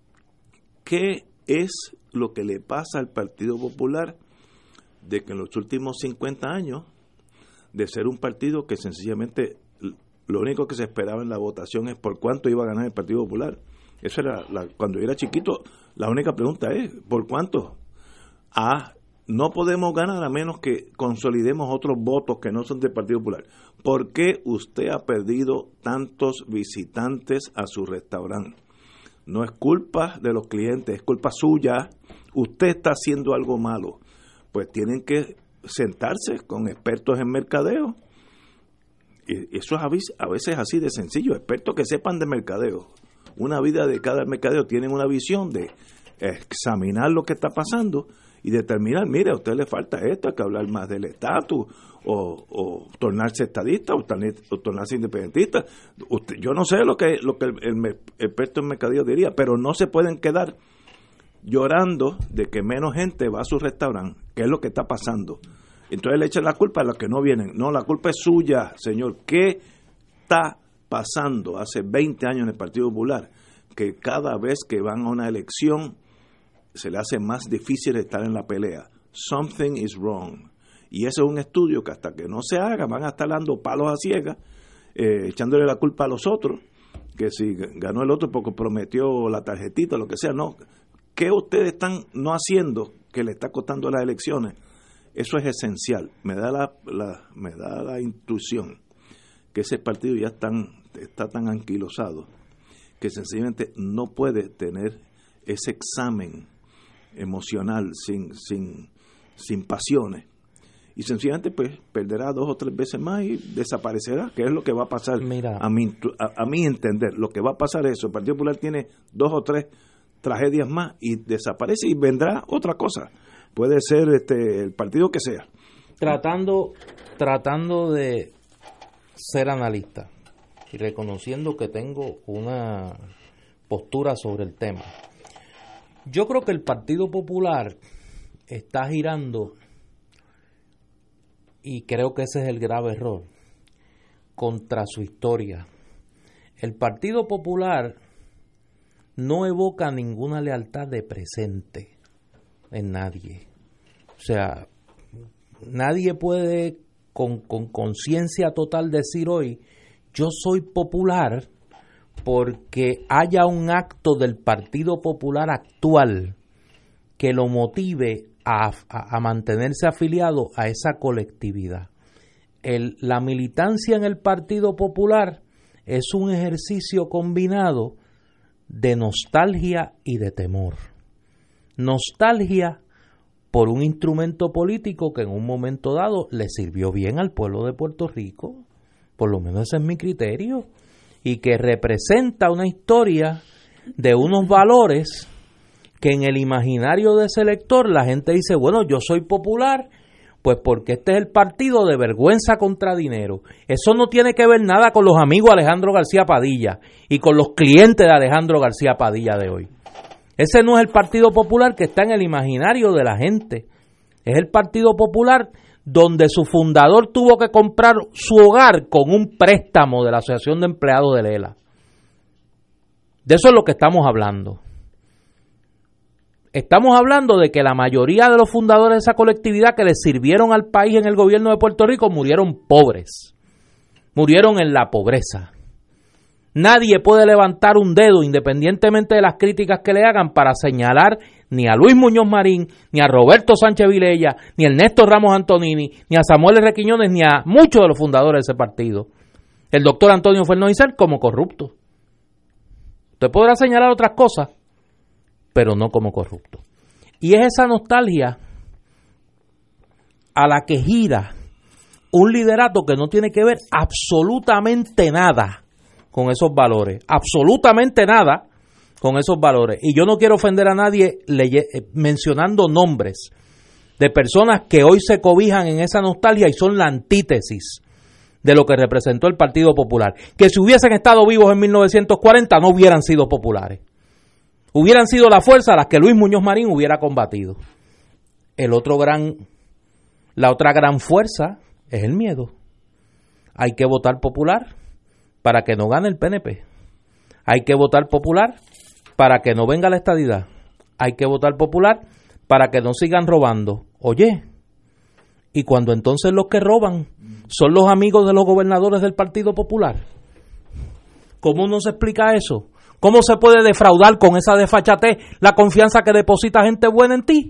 ¿Qué es lo que le pasa al Partido Popular de que en los últimos 50 años, de ser un partido que sencillamente lo único que se esperaba en la votación es por cuánto iba a ganar el Partido Popular? Eso era, cuando yo era chiquito, la única pregunta es, ¿por cuánto? No podemos ganar a menos que consolidemos otros votos que no son del Partido Popular. ¿Por qué usted ha perdido tantos visitantes a su restaurante? No es culpa de los clientes, es culpa suya. Usted está haciendo algo malo. Pues tienen que sentarse con expertos en mercadeo. Y eso es a veces así de sencillo. Expertos que sepan de mercadeo. Una vida dedicada al mercadeo. Tienen una visión de examinar lo que está pasando y determinar, mire, a usted le falta esto, hay que hablar más del estatus, o tornarse estadista, o tornarse independentista. Yo no sé lo que el experto en mercadeo diría, pero no se pueden quedar llorando de que menos gente va a su restaurante, que es lo que está pasando. Entonces le echan la culpa a los que no vienen. No, la culpa es suya, señor. ¿Qué está pasando hace 20 años en el Partido Popular? Que cada vez que van a una elección se le hace más difícil estar en la pelea. Something is wrong. Y ese es un estudio que hasta que no se haga van a estar dando palos a ciegas, echándole la culpa a los otros, que si ganó el otro porque prometió la tarjetita, lo que sea. No, ¿qué ustedes están no haciendo que le está costando las elecciones? Eso es esencial. Me da la intuición que ese partido ya está tan anquilosado que sencillamente no puede tener ese examen emocional sin pasiones. y sencillamente pues perderá 2 o 3 veces más y desaparecerá, que es lo que va a pasar. Mira, a mi entender, lo que va a pasar es eso. El Partido Popular tiene 2 o 3 tragedias más y desaparece y vendrá otra cosa. Puede ser el partido que sea. Tratando de ser analista y reconociendo que tengo una postura sobre el tema, yo creo que el Partido Popular está girando, y creo que ese es el grave error, contra su historia. El Partido Popular no evoca ninguna lealtad de presente en nadie. O sea, nadie puede con conciencia total decir hoy, yo soy popular porque haya un acto del Partido Popular actual que lo motive a mantenerse afiliado a esa colectividad. La militancia en el Partido Popular es un ejercicio combinado de nostalgia y de temor. Nostalgia por un instrumento político que en un momento dado le sirvió bien al pueblo de Puerto Rico, por lo menos ese es mi criterio, y que representa una historia de unos valores que en el imaginario de ese elector la gente dice, bueno, yo soy popular, pues porque este es el partido de vergüenza contra dinero. Eso no tiene que ver nada con los amigos de Alejandro García Padilla y con los clientes de Alejandro García Padilla de hoy. Ese no es el Partido Popular que está en el imaginario de la gente. Es el Partido Popular donde su fundador tuvo que comprar su hogar con un préstamo de la Asociación de Empleados de Lela. De eso es lo que estamos hablando. Estamos hablando de que la mayoría de los fundadores de esa colectividad que les sirvieron al país en el gobierno de Puerto Rico murieron pobres, murieron en la pobreza. Nadie puede levantar un dedo, independientemente de las críticas que le hagan, para señalar ni a Luis Muñoz Marín, ni a Roberto Sánchez Vilella, ni a Ernesto Ramos Antonini, ni a Samuel R. Quiñones, ni a muchos de los fundadores de ese partido. El doctor Antonio Fernández como corrupto. Usted podrá señalar otras cosas, pero no como corrupto. Y es esa nostalgia a la que gira un liderato que no tiene que ver absolutamente nada con esos valores, absolutamente nada con esos valores. Y yo no quiero ofender a nadie mencionando nombres de personas que hoy se cobijan en esa nostalgia y son la antítesis de lo que representó el Partido Popular. Que si hubiesen estado vivos en 1940 no hubieran sido populares. Hubieran sido la fuerza a las que Luis Muñoz Marín hubiera combatido. La otra gran fuerza es el miedo. Hay que votar popular para que no gane el PNP. Hay que votar popular para que no venga la estadidad. Hay que votar popular para que no sigan robando. Oye, y cuando entonces los que roban son los amigos de los gobernadores del Partido Popular, ¿cómo no se explica eso? ¿Cómo se puede defraudar con esa desfachatez la confianza que deposita gente buena en ti?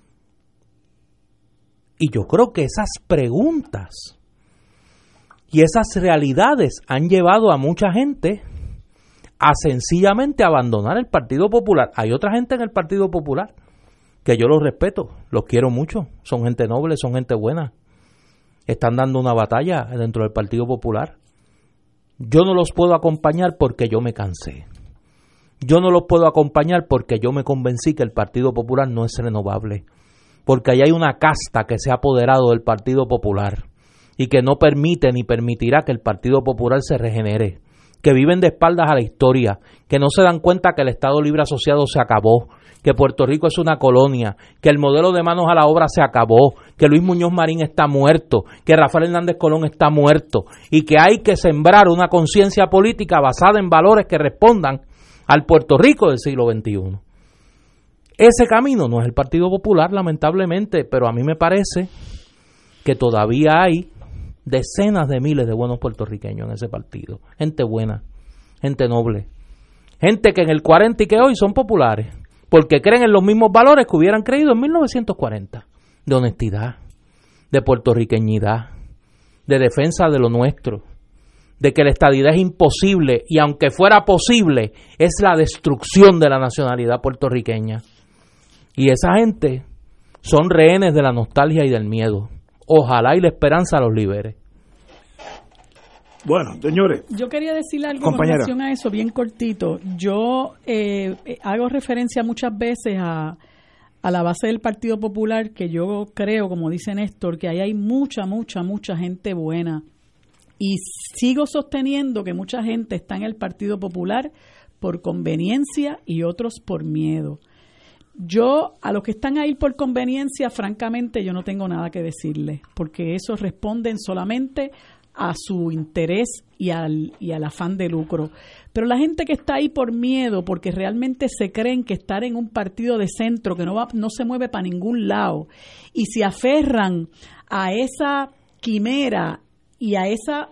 Y yo creo que esas preguntas y esas realidades han llevado a mucha gente a sencillamente abandonar el Partido Popular. Hay otra gente en el Partido Popular que yo los respeto, los quiero mucho, son gente noble, son gente buena. Están dando una batalla dentro del Partido Popular. Yo no los puedo acompañar porque yo me cansé. Yo no los puedo acompañar porque yo me convencí que el Partido Popular no es renovable. Porque ahí hay una casta que se ha apoderado del Partido Popular y que no permite ni permitirá que el Partido Popular se regenere. Que viven de espaldas a la historia, que no se dan cuenta que el Estado Libre Asociado se acabó, que Puerto Rico es una colonia, que el modelo de manos a la obra se acabó, que Luis Muñoz Marín está muerto, que Rafael Hernández Colón está muerto y que hay que sembrar una conciencia política basada en valores que respondan al Puerto Rico del siglo XXI. Ese camino no es el Partido Popular, lamentablemente, pero a mí me parece que todavía hay decenas de miles de buenos puertorriqueños en ese partido. Gente buena, gente noble, gente que en el 40 y que hoy son populares, porque creen en los mismos valores que hubieran creído en 1940, de honestidad, de puertorriqueñidad, de defensa de lo nuestro, de que la estadidad es imposible y aunque fuera posible es la destrucción de la nacionalidad puertorriqueña. Y esa gente son rehenes de la nostalgia y del miedo. ojalá y la esperanza los libere. Bueno, señores. Yo quería decir algo compañera, con relación a eso, bien cortito. Yo hago referencia muchas veces a la base del Partido Popular, que yo creo, como dice Néstor, que ahí hay mucha gente buena. Y sigo sosteniendo que mucha gente está en el Partido Popular por conveniencia y otros por miedo. Yo, a los que están ahí por conveniencia, francamente, yo no tengo nada que decirles, porque esos responden solamente a su interés y al afán de lucro. Pero la gente que está ahí por miedo, porque realmente se creen que estar en un partido de centro que no se mueve para ningún lado, y se aferran a esa quimera y a esa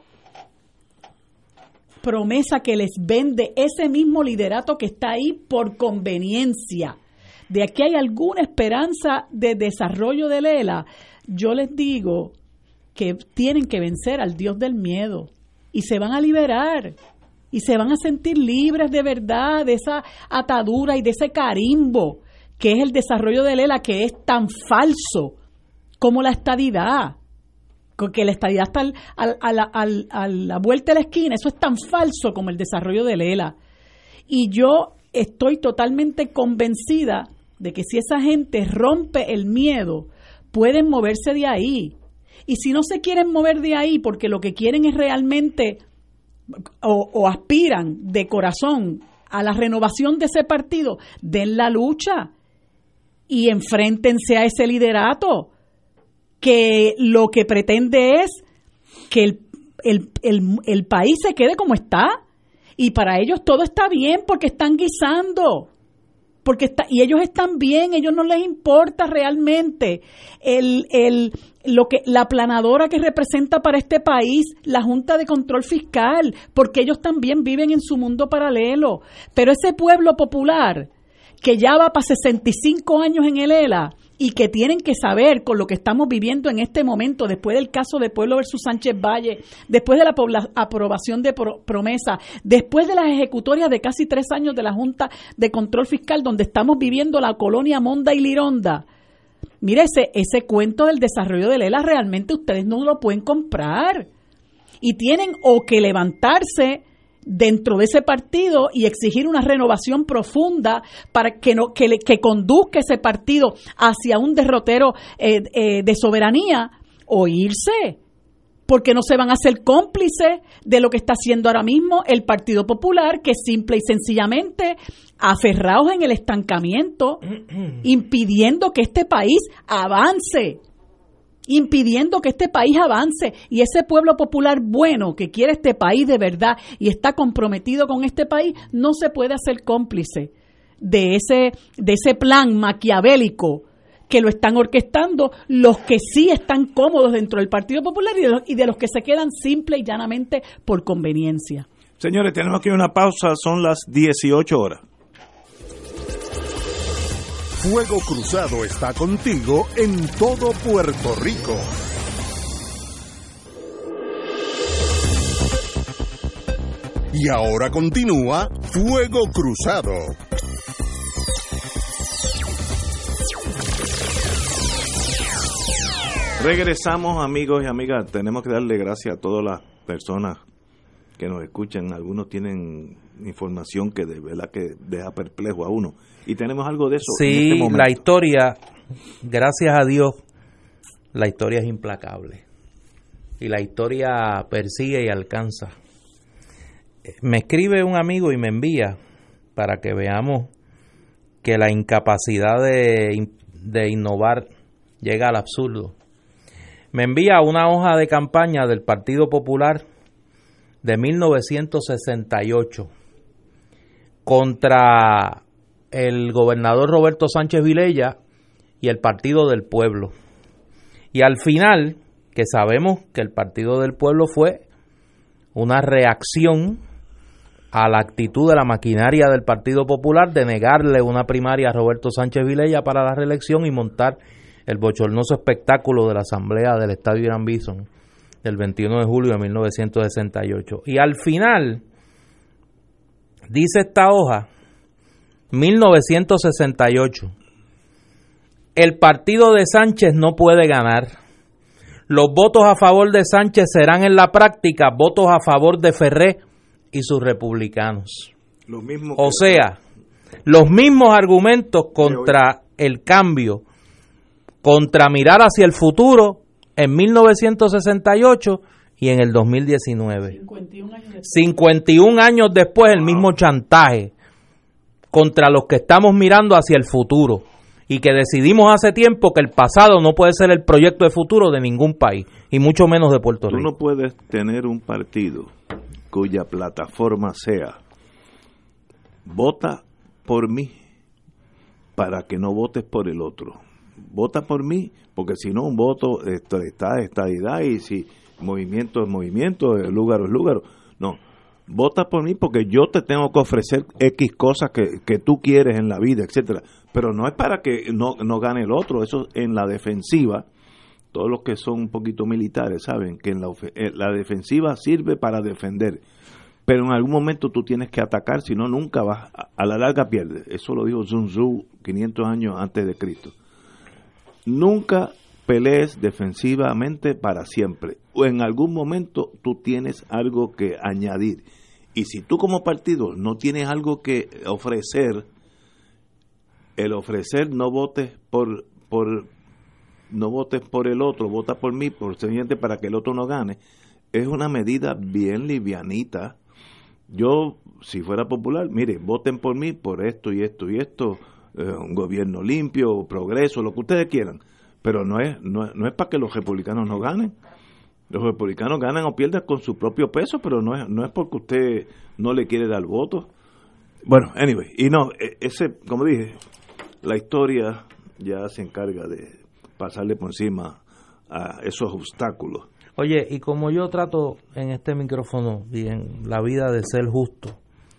promesa que les vende ese mismo liderato que está ahí por conveniencia, de aquí hay alguna esperanza de desarrollo de Lela, yo les digo que tienen que vencer al Dios del miedo y se van a liberar y se van a sentir libres de verdad de esa atadura y de ese carimbo que es el desarrollo de Lela, que es tan falso como la estadidad, porque la estadidad está a la vuelta de la esquina. Eso es tan falso como el desarrollo de Lela. Y yo estoy totalmente convencida de que si esa gente rompe el miedo, pueden moverse de ahí. Y si no se quieren mover de ahí porque lo que quieren es realmente o aspiran de corazón a la renovación de ese partido, den la lucha y enfréntense a ese liderato que lo que pretende es que el país se quede como está, y para ellos todo está bien porque están guisando. Y ellos están bien, ellos no les importa realmente la aplanadora que representa para este país la Junta de Control Fiscal, porque ellos también viven en su mundo paralelo. Pero ese pueblo popular que ya va para 65 años en el ELA y que tienen que saber con lo que estamos viviendo en este momento, después del caso de Pueblo versus Sánchez Valle, después de la aprobación de promesa, después de las ejecutorias de casi 3 años de la Junta de Control Fiscal, donde estamos viviendo la colonia Monda y Lironda. Mire, ese cuento del desarrollo de Lela realmente ustedes no lo pueden comprar. Y tienen o que levantarse dentro de ese partido y exigir una renovación profunda para que conduzca ese partido hacia un derrotero de soberanía, o irse, porque no se van a hacer cómplices de lo que está haciendo ahora mismo el Partido Popular, que simple y sencillamente aferrados en el estancamiento, impidiendo que este país avance. Y ese pueblo popular bueno que quiere este país de verdad y está comprometido con este país, no se puede hacer cómplice de ese plan maquiavélico que lo están orquestando los que sí están cómodos dentro del Partido Popular y de los que se quedan simple y llanamente por conveniencia. Señores, tenemos aquí una pausa, son las 18 horas. Fuego Cruzado está contigo en todo Puerto Rico. Y ahora continúa Fuego Cruzado. Regresamos, amigos y amigas. Tenemos que darle gracias a todas las personas que nos escuchan. Algunos tienen información que de verdad que deja perplejo a uno. Y tenemos algo de eso en este momento. Sí, la historia, gracias a Dios, la historia es implacable. Y la historia persigue y alcanza. Me escribe un amigo y me envía para que veamos que la incapacidad de innovar llega al absurdo. Me envía una hoja de campaña del Partido Popular de 1968 contra el gobernador Roberto Sánchez Vilella y el Partido del Pueblo. Y al final, que sabemos que el Partido del Pueblo fue una reacción a la actitud de la maquinaria del Partido Popular de negarle una primaria a Roberto Sánchez Vilella para la reelección y montar el bochornoso espectáculo de la asamblea del Estadio Irán Bison del 21 de julio de 1968. Y al final, dice esta hoja, 1968, el partido de Sánchez no puede ganar. Los votos a favor de Sánchez serán en la práctica votos a favor de Ferré y sus republicanos. Lo mismo o sea, los mismos argumentos contra el cambio, contra mirar hacia el futuro en 1968 y en el 2019. 51 años después, el mismo chantaje contra los que estamos mirando hacia el futuro y que decidimos hace tiempo que el pasado no puede ser el proyecto de futuro de ningún país y mucho menos de Puerto Rico. Tú no puedes tener un partido cuya plataforma sea vota por mí para que no votes por el otro. Vota por mí, porque si no un voto está estadidad, y si movimiento es movimiento, lugar es lugar. No, vota por mí porque yo te tengo que ofrecer X cosas que tú quieres en la vida, etcétera. Pero no es para que no gane el otro. Eso en la defensiva, todos los que son un poquito militares saben que en la defensiva sirve para defender. Pero en algún momento tú tienes que atacar, si no nunca vas, a la larga pierdes. Eso lo dijo Sun Tzu 500 años antes de Cristo. Nunca pelees defensivamente para siempre. O en algún momento tú tienes algo que añadir. Y si tú como partido no tienes algo que ofrecer, el ofrecer no votes no votes por el otro, vota por mí, por siguiente, para que el otro no gane, es una medida bien livianita. Yo, si fuera popular, mire, voten por mí por esto y esto y esto, un gobierno limpio, progreso, lo que ustedes quieran, pero no es para que los republicanos no ganen. Los republicanos ganan o pierden con su propio peso, pero no es porque usted no le quiere dar voto. Bueno, anyway, y no, como dije, la historia ya se encarga de pasarle por encima a esos obstáculos. Oye, y como yo trato en este micrófono y en la vida de ser justo,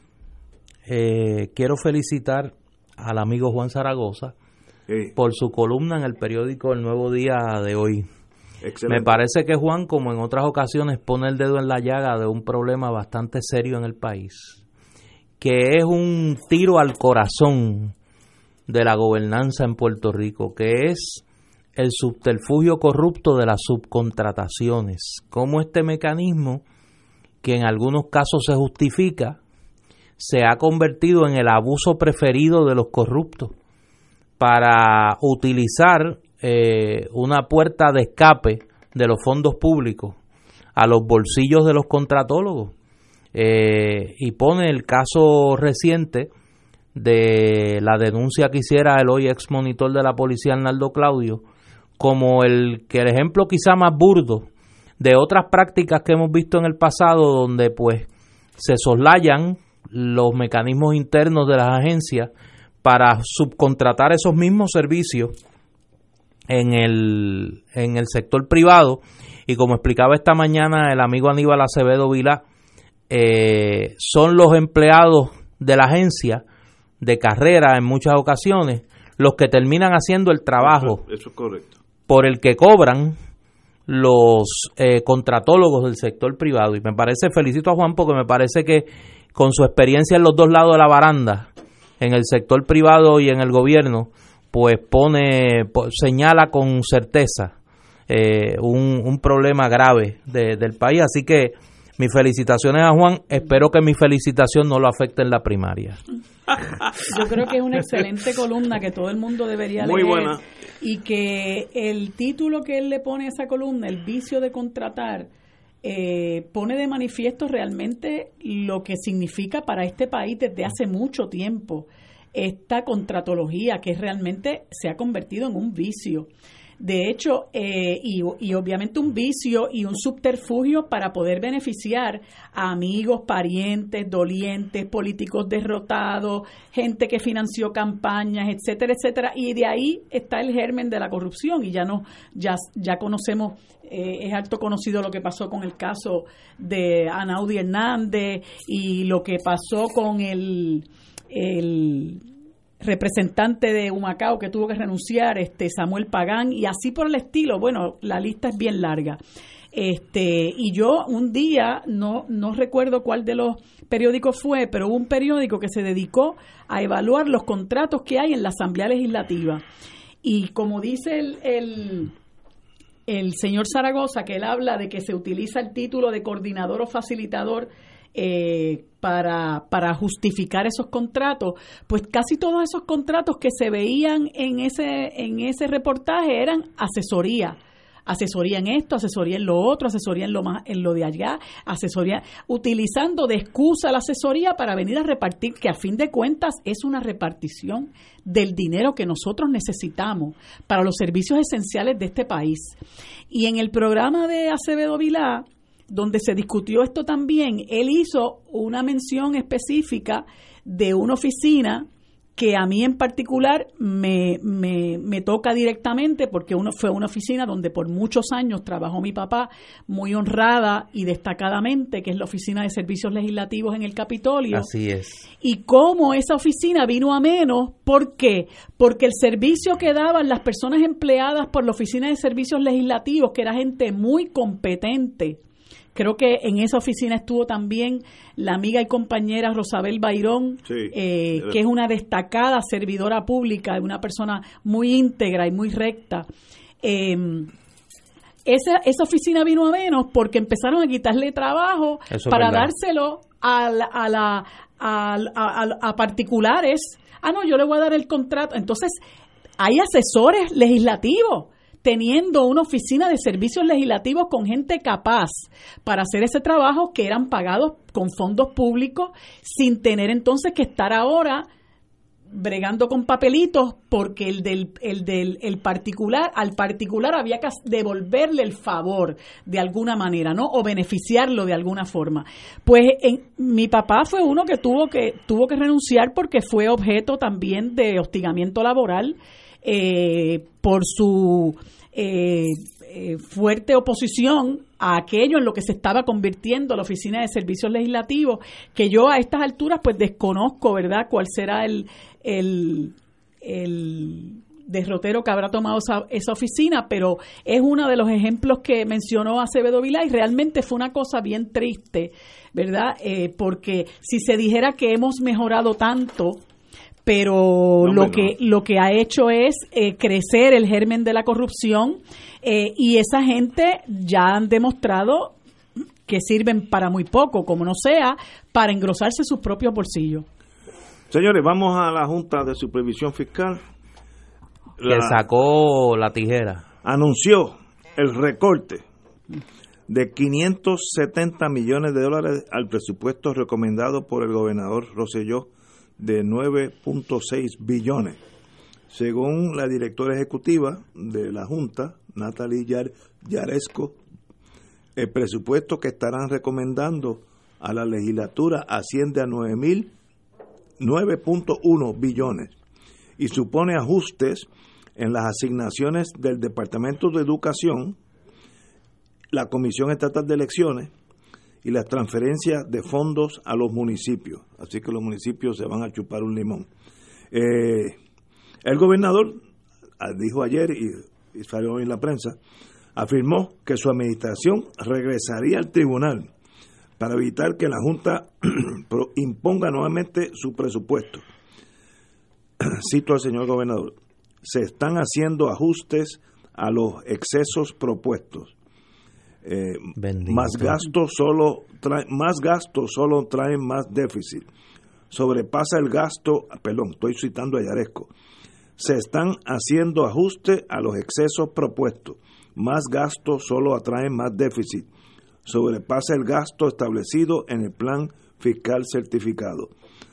quiero felicitar al amigo Juan Zaragoza por su columna en el periódico El Nuevo Día de hoy. Excelente. Me parece que Juan, como en otras ocasiones, pone el dedo en la llaga de un problema bastante serio en el país, que es un tiro al corazón de la gobernanza en Puerto Rico, que es el subterfugio corrupto de las subcontrataciones. Cómo este mecanismo, que en algunos casos se justifica, se ha convertido en el abuso preferido de los corruptos para utilizar una puerta de escape de los fondos públicos a los bolsillos de los contratólogos. Y pone el caso reciente de la denuncia que hiciera el hoy ex monitor de la policía, Arnaldo Claudio, como el ejemplo quizá más burdo de otras prácticas que hemos visto en el pasado, donde pues se soslayan los mecanismos internos de las agencias para subcontratar esos mismos servicios en el sector privado. Y como explicaba esta mañana el amigo Aníbal Acevedo Vilá, son los empleados de la agencia de carrera en muchas ocasiones los que terminan haciendo el trabajo. Eso es correcto. Por el que cobran los contratólogos del sector privado. Y me parece, felicito a Juan porque me parece que con su experiencia en los dos lados de la baranda, en el sector privado y en el gobierno, pues señala con certeza un problema grave del país. Así que mis felicitaciones a Juan. Espero que mi felicitación no lo afecte en la primaria. Yo creo que es una excelente columna que todo el mundo debería leer. Muy buena. Y que el título que él le pone a esa columna, El vicio de contratar, pone de manifiesto realmente lo que significa para este país desde hace mucho tiempo esta contratología, que realmente se ha convertido en un vicio. De hecho, y obviamente un vicio y un subterfugio para poder beneficiar a amigos, parientes, dolientes, políticos derrotados, gente que financió campañas, etcétera, etcétera. Y de ahí está el germen de la corrupción. Y ya conocemos, es harto conocido lo que pasó con el caso de Anaudi Hernández y lo que pasó con el representante de Humacao que tuvo que renunciar, Samuel Pagán, y así por el estilo. Bueno, la lista es bien larga. Y yo un día, no recuerdo cuál de los periódicos fue, pero hubo un periódico que se dedicó a evaluar los contratos que hay en la Asamblea Legislativa. Y como dice el señor Zaragoza, que él habla de que se utiliza el título de coordinador o facilitador para justificar esos contratos, pues casi todos esos contratos que se veían en ese reportaje eran asesoría en esto, asesoría en lo otro, asesoría en lo de allá, asesoría, utilizando de excusa la asesoría para venir a repartir, que a fin de cuentas es una repartición del dinero que nosotros necesitamos para los servicios esenciales de este país. Y en el programa de Acevedo Vilá, donde se discutió esto también, él hizo una mención específica de una oficina que a mí en particular me toca directamente, porque fue una oficina donde por muchos años trabajó mi papá muy honrada y destacadamente, que es la Oficina de Servicios Legislativos en el Capitolio. Así es. Y cómo esa oficina vino a menos. ¿Por qué? Porque el servicio que daban las personas empleadas por la Oficina de Servicios Legislativos, que era gente muy competente. Creo que en esa oficina estuvo también la amiga y compañera Rosabel Bayrón, sí, que es una destacada servidora pública, una persona muy íntegra y muy recta. Esa oficina vino a menos porque empezaron a quitarle trabajo para dárselo a particulares. No, yo le voy a dar el contrato. Entonces, hay asesores legislativos teniendo una oficina de servicios legislativos con gente capaz para hacer ese trabajo, que eran pagados con fondos públicos, sin tener entonces que estar ahora bregando con papelitos, porque el particular, al particular había que devolverle el favor de alguna manera, ¿no? O beneficiarlo de alguna forma. Pues mi papá fue uno que tuvo que renunciar porque fue objeto también de hostigamiento laboral por su fuerte oposición a aquello en lo que se estaba convirtiendo la Oficina de Servicios Legislativos, que yo a estas alturas pues desconozco, ¿verdad?, cuál será el derrotero que habrá tomado esa oficina, pero es uno de los ejemplos que mencionó Acevedo Vilá, y realmente fue una cosa bien triste, ¿verdad?, porque si se dijera que hemos mejorado tanto, pero lo que ha hecho es crecer el germen de la corrupción, y esa gente ya han demostrado que sirven para muy poco, como no sea para engrosarse sus propios bolsillos. Señores, vamos a la Junta de Supervisión Fiscal. Que sacó la tijera. Anunció el recorte de $570 millones al presupuesto recomendado por el gobernador Rosselló de 9.6 billones. Según la directora ejecutiva de la Junta, Natalie Yaresco, el presupuesto que estarán recomendando a la legislatura asciende a 9.1 billones y supone ajustes en las asignaciones del Departamento de Educación, la Comisión Estatal de Elecciones y las transferencias de fondos a los municipios. Así que los municipios se van a chupar un limón. El gobernador dijo ayer, y salió hoy en la prensa, afirmó que su administración regresaría al tribunal para evitar que la Junta imponga nuevamente su presupuesto. Cito al señor gobernador: se están haciendo ajustes a los excesos propuestos. Más gastos solo traen más déficit. Sobrepasa el gasto, estoy citando a Yaresco. Se están haciendo ajustes a los excesos propuestos. Más gastos solo atraen más déficit. Sobrepasa el gasto establecido en el plan fiscal certificado.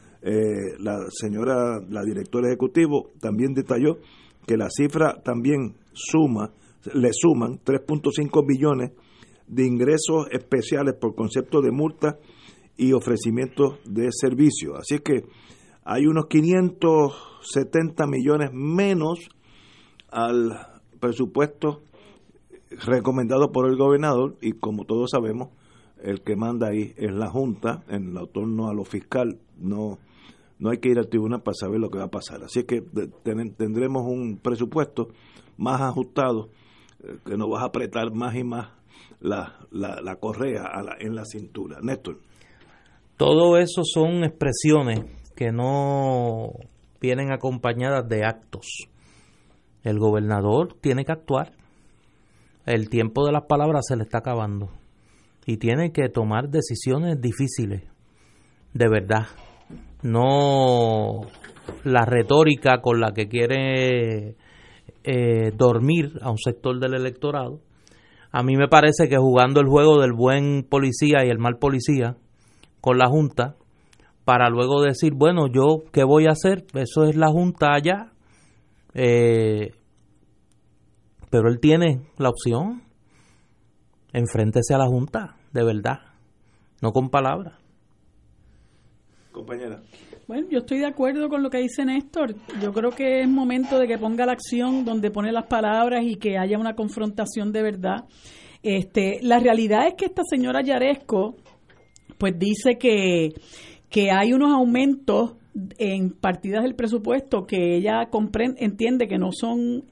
La directora ejecutiva también detalló que la cifra también le suman 3.5 billones de ingresos especiales por concepto de multas y ofrecimientos de servicios. Así que hay unos 570 millones menos al presupuesto recomendado por el gobernador, y como todos sabemos, el que manda ahí es la Junta en torno a lo fiscal. No hay que ir al tribunal para saber lo que va a pasar. Así que tendremos un presupuesto más ajustado, que nos va a apretar más y más la correa en la cintura. Néstor. Todo eso son expresiones que no vienen acompañadas de actos. El gobernador tiene que actuar. el tiempo de las palabras se le está acabando y tiene que tomar decisiones difíciles, de verdad. No la retórica con la que quiere dormir a un sector del electorado. A mí me parece que jugando el juego del buen policía y el mal policía con la Junta, para luego decir, bueno, yo qué voy a hacer, eso es la Junta allá, pero él tiene la opción, enfréntese a la Junta, de verdad, no con palabras. Compañera. Bueno, yo estoy de acuerdo con lo que dice Néstor. Yo creo que es momento de que ponga la acción donde pone las palabras y que haya una confrontación de verdad. La realidad es que esta señora Yaresco, pues dice que hay unos aumentos en partidas del presupuesto que ella entiende que no son,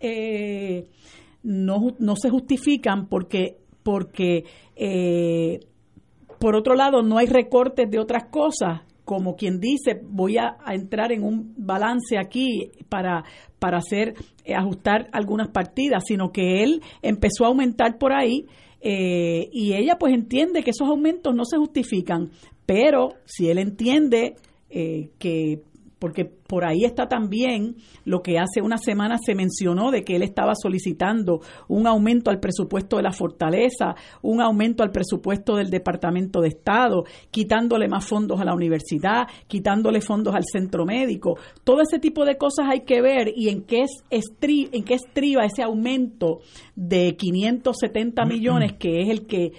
no se justifican porque por otro lado no hay recortes de otras cosas, como quien dice, voy a entrar en un balance aquí para ajustar algunas partidas, sino que él empezó a aumentar por ahí y ella pues entiende que esos aumentos no se justifican, pero si él entiende porque por ahí está también lo que hace una semana se mencionó de que él estaba solicitando un aumento al presupuesto de la Fortaleza, un aumento al presupuesto del Departamento de Estado, quitándole más fondos a la universidad, quitándole fondos al centro médico. Todo ese tipo de cosas hay que ver y en qué estriba ese aumento de 570 millones que es el que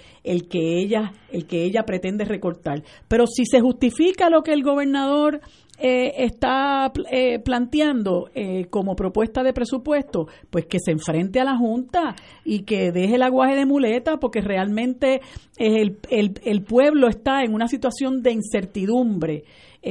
ella pretende recortar. Pero si se justifica lo que el gobernador está planteando como propuesta de presupuesto, pues que se enfrente a la Junta y que deje el aguaje de muleta, porque realmente el pueblo está en una situación de incertidumbre,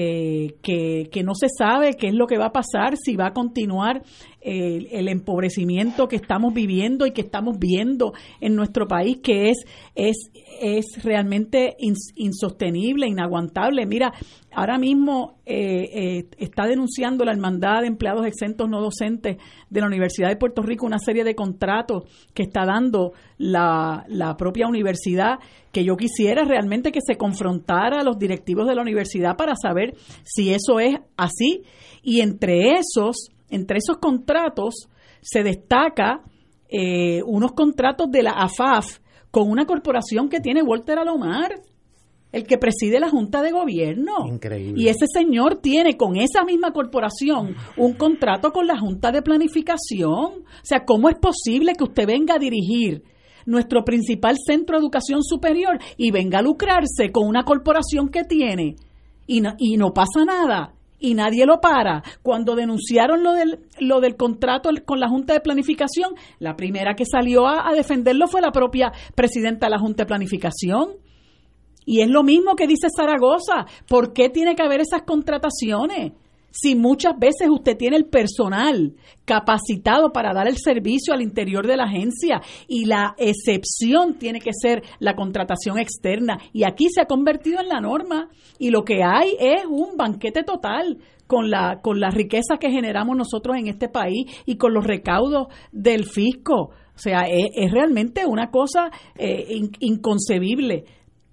que no se sabe qué es lo que va a pasar, si va a continuar el empobrecimiento que estamos viviendo y que estamos viendo en nuestro país, que es realmente insostenible, inaguantable. Mira, ahora mismo está denunciando la Hermandad de Empleados Exentos No Docentes de la Universidad de Puerto Rico una serie de contratos que está dando la propia universidad, que yo quisiera realmente que se confrontara a los directivos de la universidad para saber si eso es así. Y entre esos contratos se destaca unos contratos de la AFAF con una corporación que tiene Walter Alomar, el que preside la Junta de Gobierno. Increíble. Y ese señor tiene con esa misma corporación un contrato con la Junta de Planificación. O sea, ¿cómo es posible que usted venga a dirigir nuestro principal centro de educación superior y venga a lucrarse con una corporación que tiene y no pasa nada? Y nadie lo para. Cuando denunciaron lo del contrato con la Junta de Planificación, la primera que salió a defenderlo fue la propia presidenta de la Junta de Planificación. Y es lo mismo que dice Zaragoza. ¿Por qué tiene que haber esas contrataciones? Si muchas veces usted tiene el personal capacitado para dar el servicio al interior de la agencia y la excepción tiene que ser la contratación externa. Y aquí se ha convertido en la norma y lo que hay es un banquete total con la riqueza que generamos nosotros en este país y con los recaudos del fisco. O sea, es realmente una cosa inconcebible.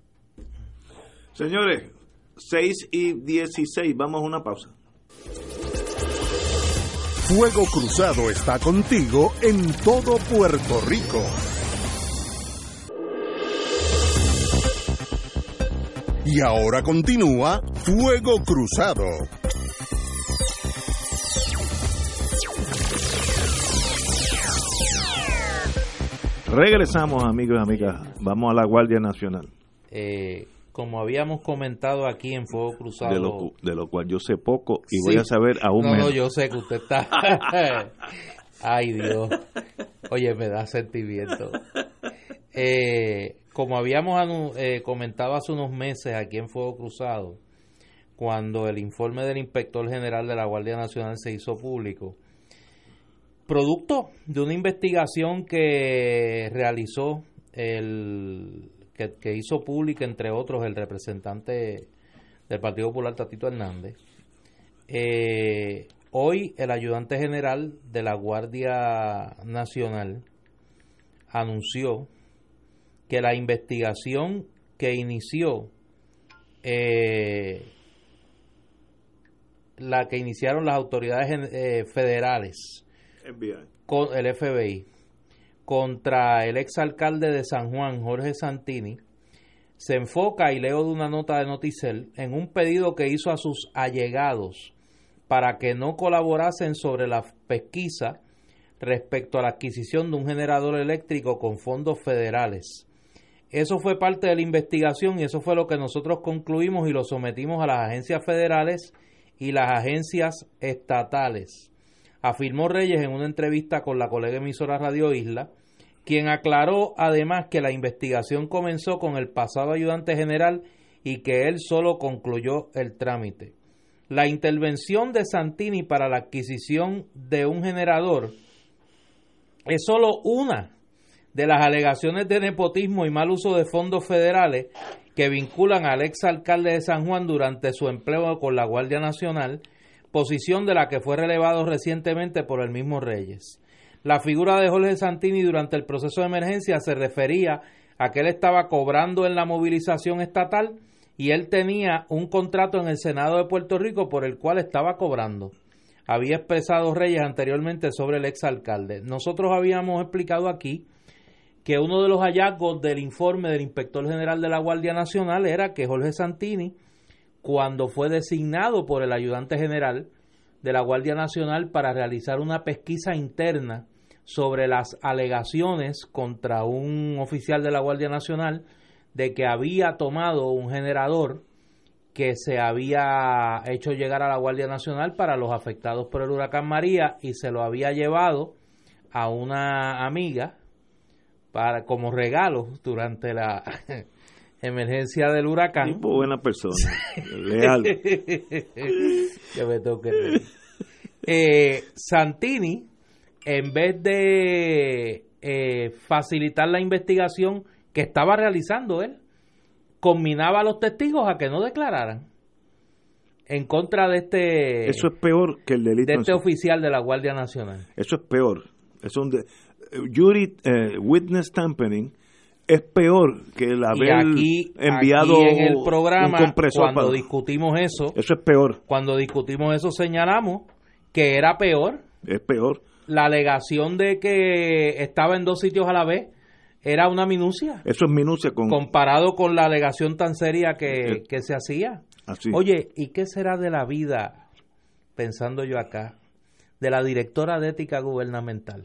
Señores, 6:16, vamos a una pausa. Fuego Cruzado está contigo en todo Puerto Rico. Y ahora continúa Fuego Cruzado. Regresamos, amigos y amigas. Vamos a la Guardia Nacional. Como habíamos comentado aquí en Fuego Cruzado, de lo cual yo sé poco y sí, voy a saber aún menos. No, yo sé que usted está... Ay, Dios. Oye, me da sentimiento. Como habíamos comentado hace unos meses aquí en Fuego Cruzado, cuando el informe del Inspector General de la Guardia Nacional se hizo público, producto de una investigación que realizó que hizo pública, entre otros, el representante del Partido Popular, Tatito Hernández. Hoy el ayudante general de la Guardia Nacional anunció que la investigación que inició la que iniciaron las autoridades federales, con el FBI, contra el exalcalde de San Juan, Jorge Santini, se enfoca, y leo de una nota de Noticel, en un pedido que hizo a sus allegados para que no colaborasen sobre la pesquisa respecto a la adquisición de un generador eléctrico con fondos federales. Eso fue parte de la investigación y eso fue lo que nosotros concluimos y lo sometimos a las agencias federales y las agencias estatales, afirmó Reyes en una entrevista con la colega emisora Radio Isla, quien aclaró además que la investigación comenzó con el pasado ayudante general y que él solo concluyó el trámite. La intervención de Santini para la adquisición de un generador es solo una de las alegaciones de nepotismo y mal uso de fondos federales que vinculan al exalcalde de San Juan durante su empleo con la Guardia Nacional, posición de la que fue relevado recientemente por el mismo Reyes. La figura de Jorge Santini durante el proceso de emergencia se refería a que él estaba cobrando en la movilización estatal y él tenía un contrato en el Senado de Puerto Rico por el cual estaba cobrando. Había expresado Reyes anteriormente sobre el exalcalde. Nosotros habíamos explicado aquí que uno de los hallazgos del informe del inspector general de la Guardia Nacional era que Jorge Santini, cuando fue designado por el ayudante general de la Guardia Nacional para realizar una pesquisa interna sobre las alegaciones contra un oficial de la Guardia Nacional de que había tomado un generador que se había hecho llegar a la Guardia Nacional para los afectados por el huracán María y se lo había llevado a una amiga para como regalo durante la emergencia del huracán. Tipo buena persona, leal. Que me toque. Santini, en vez de facilitar la investigación que estaba realizando él, combinaba a los testigos a que no declararan en contra de este. Eso es peor que el delito. De este oficial de la Guardia Nacional. Eso es peor. Witness tampering es peor que el haber enviado aquí en el programa, un compresor cuando discutimos eso. Eso es peor. Cuando discutimos eso señalamos que era peor. Es peor. La alegación de que estaba en dos sitios a la vez era una minucia. Eso es minucia comparado con la alegación tan seria que se hacía. Así. Oye, ¿y qué será de la vida, pensando yo acá, de la directora de ética gubernamental?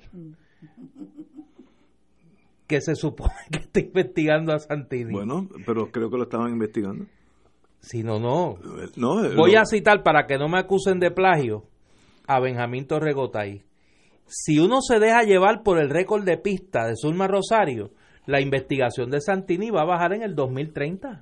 Que se supone que está investigando a Santini. Bueno, pero creo que lo estaban investigando. Si no. Voy a citar, para que no me acusen de plagio, a Benjamín Torregotay. Si uno se deja llevar por el récord de pista de Zulma Rosario, la investigación de Santini va a bajar en el 2030.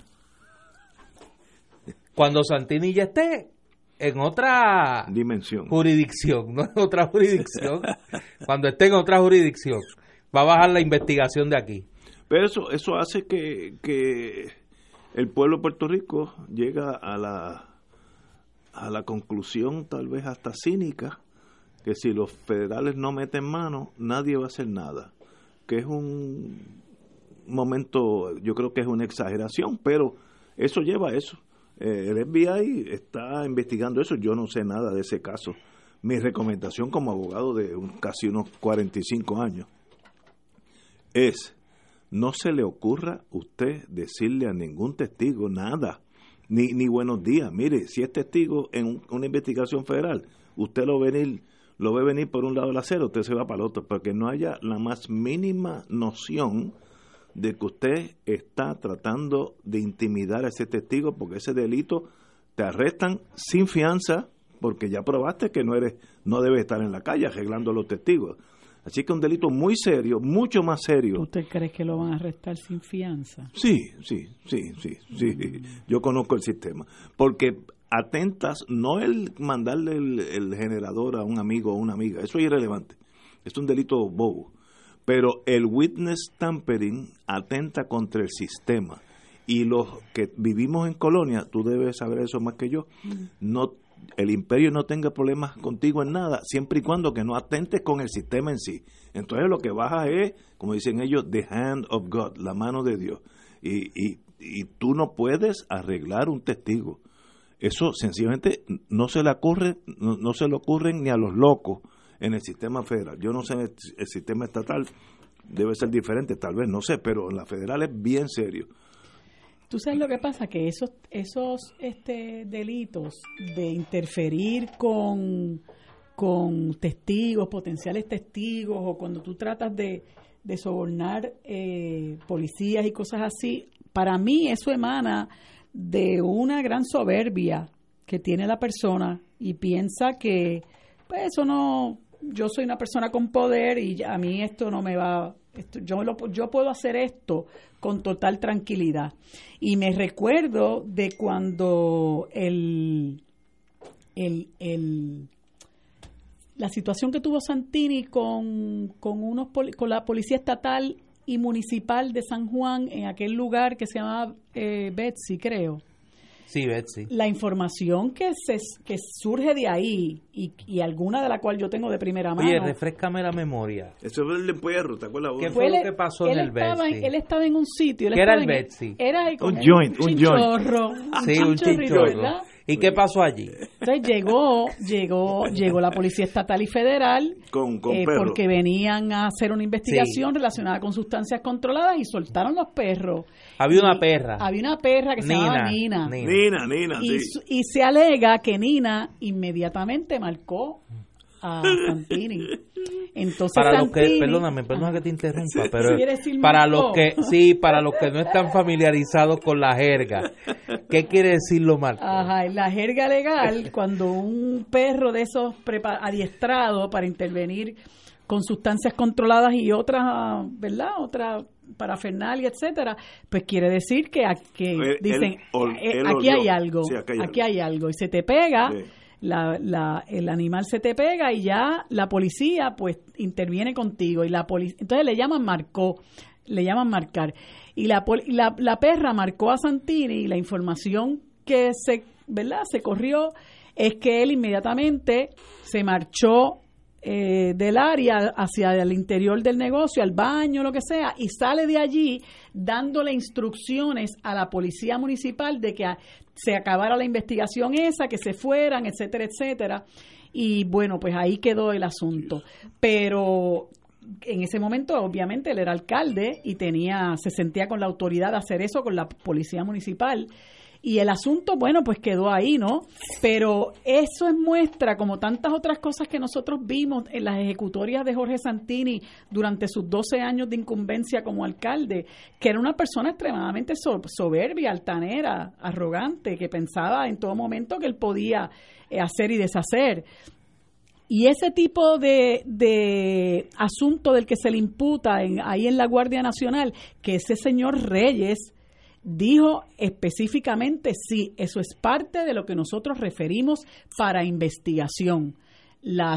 Cuando Santini ya esté en otra dimensión, jurisdicción, no en otra jurisdicción, cuando esté en otra jurisdicción, va a bajar la investigación de aquí. Pero eso hace que el pueblo de Puerto Rico llega a la conclusión, tal vez hasta cínica, que si los federales no meten mano, nadie va a hacer nada. Que es un momento, yo creo que es una exageración, pero eso lleva a eso. El FBI está investigando eso, yo no sé nada de ese caso. Mi recomendación como abogado de casi unos 45 años es: no se le ocurra a usted decirle a ningún testigo nada, ni buenos días. Mire, si es testigo en una investigación federal, usted lo ve venir por un lado del acero, usted se va para el otro, porque no haya la más mínima noción de que usted está tratando de intimidar a ese testigo, porque ese delito te arrestan sin fianza, porque ya probaste que no debes estar en la calle arreglando a los testigos. Así que un delito muy serio, mucho más serio. ¿Usted cree que lo van a arrestar sin fianza? Sí. Yo conozco el sistema. Porque atentas, no el mandarle el generador a un amigo o una amiga, eso es irrelevante. Es un delito bobo. Pero el witness tampering atenta contra el sistema. Y los que vivimos en colonia, tú debes saber eso más que yo, no el imperio no tenga problemas contigo en nada, siempre y cuando que no atentes con el sistema en sí. Entonces lo que baja es, como dicen ellos, the hand of God, la mano de Dios. Y tú no puedes arreglar un testigo. Eso sencillamente no se le ocurren ni a los locos en el sistema federal. Yo no sé, el sistema estatal debe ser diferente, tal vez, no sé, pero en la federal es bien serio. Tú sabes lo que pasa, que esos delitos de interferir con testigos, potenciales testigos, o cuando tú tratas de sobornar policías y cosas así, para mí eso emana de una gran soberbia que tiene la persona y piensa que pues eso no, yo soy una persona con poder y a mí esto no me va, yo puedo hacer esto con total tranquilidad. Y me recuerdo de cuando la situación que tuvo Santini con la policía estatal y municipal de San Juan en aquel lugar que se llamaba Betsy, creo. Sí, Betsy. La información que surge de ahí y alguna de la cual yo tengo de primera mano. Oye, refréscame la memoria. Eso fue el empuerro, ¿te acuerdas? ¿Qué fue lo que pasó en el Betsy? Él estaba en un sitio. ¿Qué era el Betsy? Era un joint. Sí, un chinchorro. ¿Verdad? ¿Y qué pasó allí? Entonces llegó la Policía Estatal y Federal porque venían a hacer una investigación relacionada con sustancias controladas y soltaron los perros. Había una perra que se llamaba Nina. Nina, y se alega que Nina inmediatamente marcó a Santini. Entonces perdona que te interrumpa, pero para los que no están familiarizados con la jerga, ¿qué quiere decir lo marcó? Ajá, la jerga legal, cuando un perro de esos adiestrado para intervenir con sustancias controladas y otras, ¿verdad? Otra parafernalia, etcétera, pues quiere decir que dicen, aquí hay algo, sí, aquí hay algo, y se te pega. Sí. El animal se te pega y ya la policía pues interviene contigo y entonces le llaman marcar y la perra marcó a Santini y la información que se corrió es que él inmediatamente se marchó del área hacia el interior del negocio, al baño, lo que sea, y sale de allí dándole instrucciones a la policía municipal de que se acabara la investigación esa, que se fueran, etcétera, etcétera. Y bueno, pues ahí quedó el asunto. Pero en ese momento, obviamente, él era alcalde y se sentía con la autoridad de hacer eso con la policía municipal. Y el asunto, bueno, pues quedó ahí, ¿no? Pero eso es muestra, como tantas otras cosas que nosotros vimos en las ejecutorias de Jorge Santini durante sus 12 años de incumbencia como alcalde, que era una persona extremadamente soberbia, altanera, arrogante, que pensaba en todo momento que él podía hacer y deshacer. Y ese tipo de asunto del que se le imputa ahí en la Guardia Nacional, que ese señor Reyes dijo específicamente, sí, eso es parte de lo que nosotros referimos para investigación. La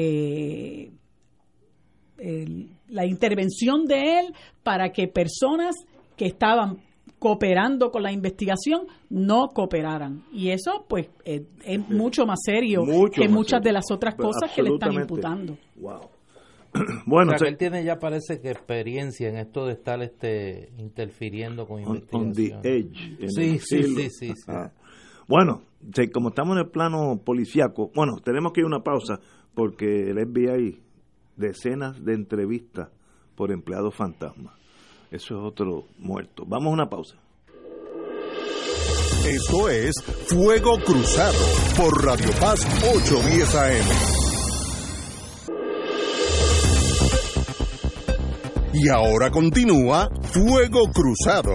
intervención de él para que personas que estaban cooperando con la investigación no cooperaran. Y eso, pues, es mucho más serio que muchas de las otras cosas que le están imputando. Wow. Bueno, o sea, que él tiene ya parece que experiencia en esto de estar interfiriendo con investigación. On the edge. Sí. Bueno, como estamos en el plano policíaco, bueno, tenemos que ir a una pausa porque el FBI, decenas de entrevistas por empleados fantasma. Eso es otro muerto. Vamos a una pausa. Esto es Fuego Cruzado por Radio Paz 810 AM. Y ahora continúa Fuego Cruzado.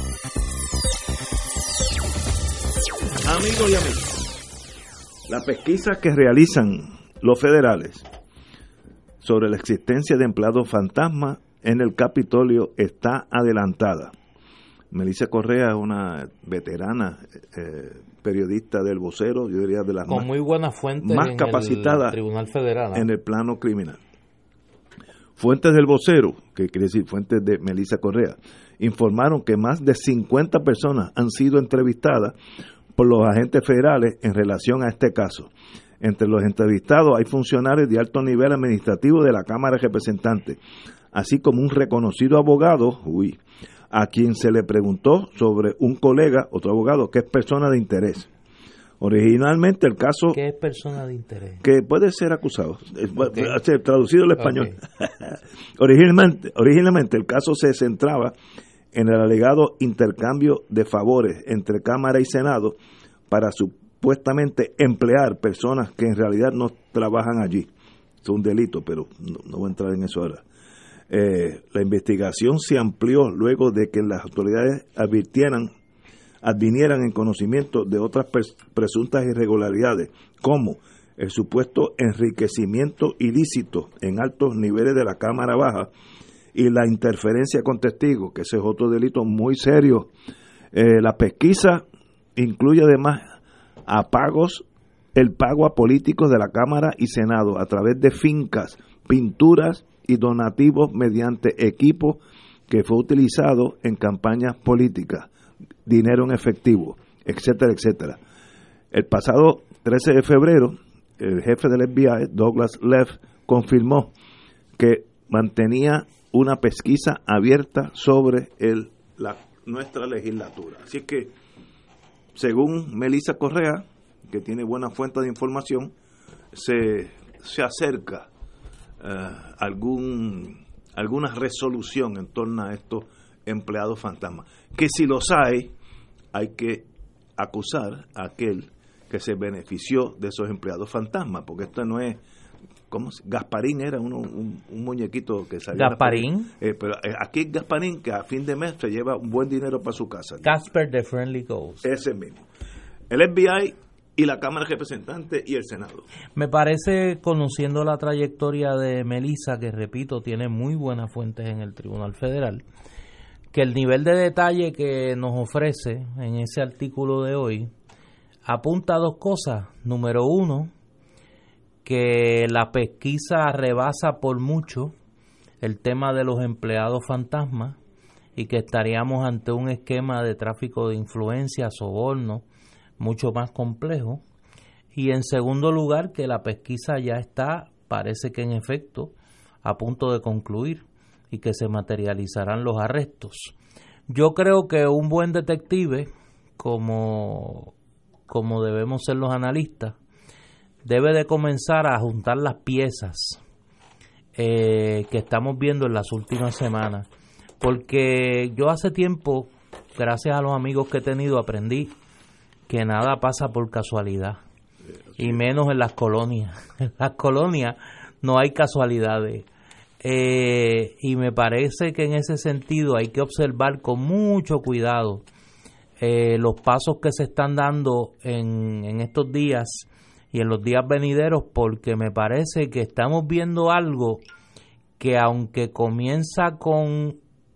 Amigos y amigas, la pesquisa que realizan los federales sobre la existencia de empleados fantasma en el Capitolio está adelantada. Melissa Correa es una veterana periodista del Vocero, yo diría de las con muy buenas fuentes más capacitadas en el Tribunal Federal, ¿no? En el plano criminal. Fuentes del Vocero, que quiere decir fuentes de Melissa Correa, informaron que más de 50 personas han sido entrevistadas por los agentes federales en relación a este caso. Entre los entrevistados hay funcionarios de alto nivel administrativo de la Cámara de Representantes, así como un reconocido abogado, a quien se le preguntó sobre un colega, otro abogado, que es persona de interés. Originalmente el caso... ¿Qué es persona de interés? Que puede ser acusado, Okay. Traducido al español. Okay. Originalmente el caso se centraba en el alegado intercambio de favores entre Cámara y Senado para supuestamente emplear personas que en realidad no trabajan allí. Es un delito, pero no voy a entrar en eso ahora. La investigación se amplió luego de que las autoridades advinieran en conocimiento de otras presuntas irregularidades, como el supuesto enriquecimiento ilícito en altos niveles de la Cámara Baja y la interferencia con testigos, que ese es otro delito muy serio. La pesquisa incluye además el pago a políticos de la Cámara y Senado a través de fincas, pinturas y donativos mediante equipo que fue utilizado en campañas políticas, dinero en efectivo, etcétera, etcétera. El pasado 13 de febrero, el jefe del FBI, Douglas Leff, confirmó que mantenía una pesquisa abierta sobre nuestra legislatura. Así que, según Melissa Correa, que tiene buena fuente de información, se acerca alguna resolución en torno a estos empleados fantasmas. Que si los hay que acusar a aquel que se benefició de esos empleados fantasmas, porque esto no es... ¿Cómo? Gasparín era un muñequito que salía. ¿Gasparín? Pero aquí es Gasparín, que a fin de mes se lleva un buen dinero para su casa. Casper the Friendly Ghost. Ese mismo. El FBI y la Cámara de Representantes y el Senado. Me parece, conociendo la trayectoria de Melissa, que repito, tiene muy buenas fuentes en el Tribunal Federal, que el nivel de detalle que nos ofrece en ese artículo de hoy apunta a dos cosas. Número uno, que la pesquisa rebasa por mucho el tema de los empleados fantasmas y que estaríamos ante un esquema de tráfico de influencia, soborno, mucho más complejo. Y en segundo lugar, que la pesquisa ya está, parece que en efecto, a punto de concluir y que se materializarán los arrestos. Yo creo que un buen detective, como debemos ser los analistas, debe de comenzar a juntar las piezas que estamos viendo en las últimas semanas. Porque yo hace tiempo, gracias a los amigos que he tenido, aprendí que nada pasa por casualidad, y menos en las colonias. En las colonias no hay casualidades. Y me parece que en ese sentido hay que observar con mucho cuidado los pasos que se están dando en estos días y en los días venideros, porque me parece que estamos viendo algo que, aunque comienza con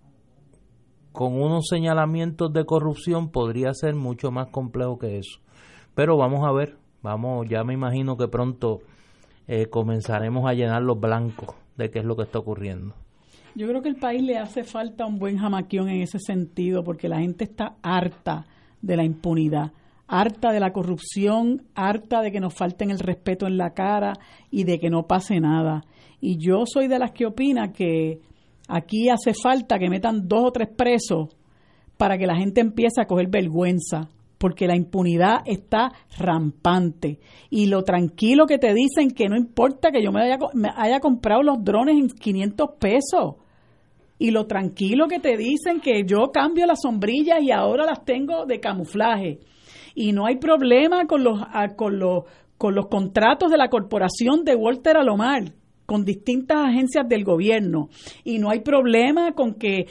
unos señalamientos de corrupción, podría ser mucho más complejo que eso. Pero vamos a ver, ya me imagino que pronto comenzaremos a llenar los blancos de qué es lo que está ocurriendo. Yo creo que al país le hace falta un buen jamaquión en ese sentido, porque la gente está harta de la impunidad, harta de la corrupción, harta de que nos falten el respeto en la cara y de que no pase nada. Y yo soy de las que opina que aquí hace falta que metan 2 o 3 presos para que la gente empiece a coger vergüenza, porque la impunidad está rampante. Y lo tranquilo que te dicen que no importa que yo me haya comprado los drones en 500 pesos. Y lo tranquilo que te dicen que yo cambio las sombrillas y ahora las tengo de camuflaje. Y no hay problema con los contratos de la corporación de Walter Alomar con distintas agencias del gobierno. Y no hay problema con que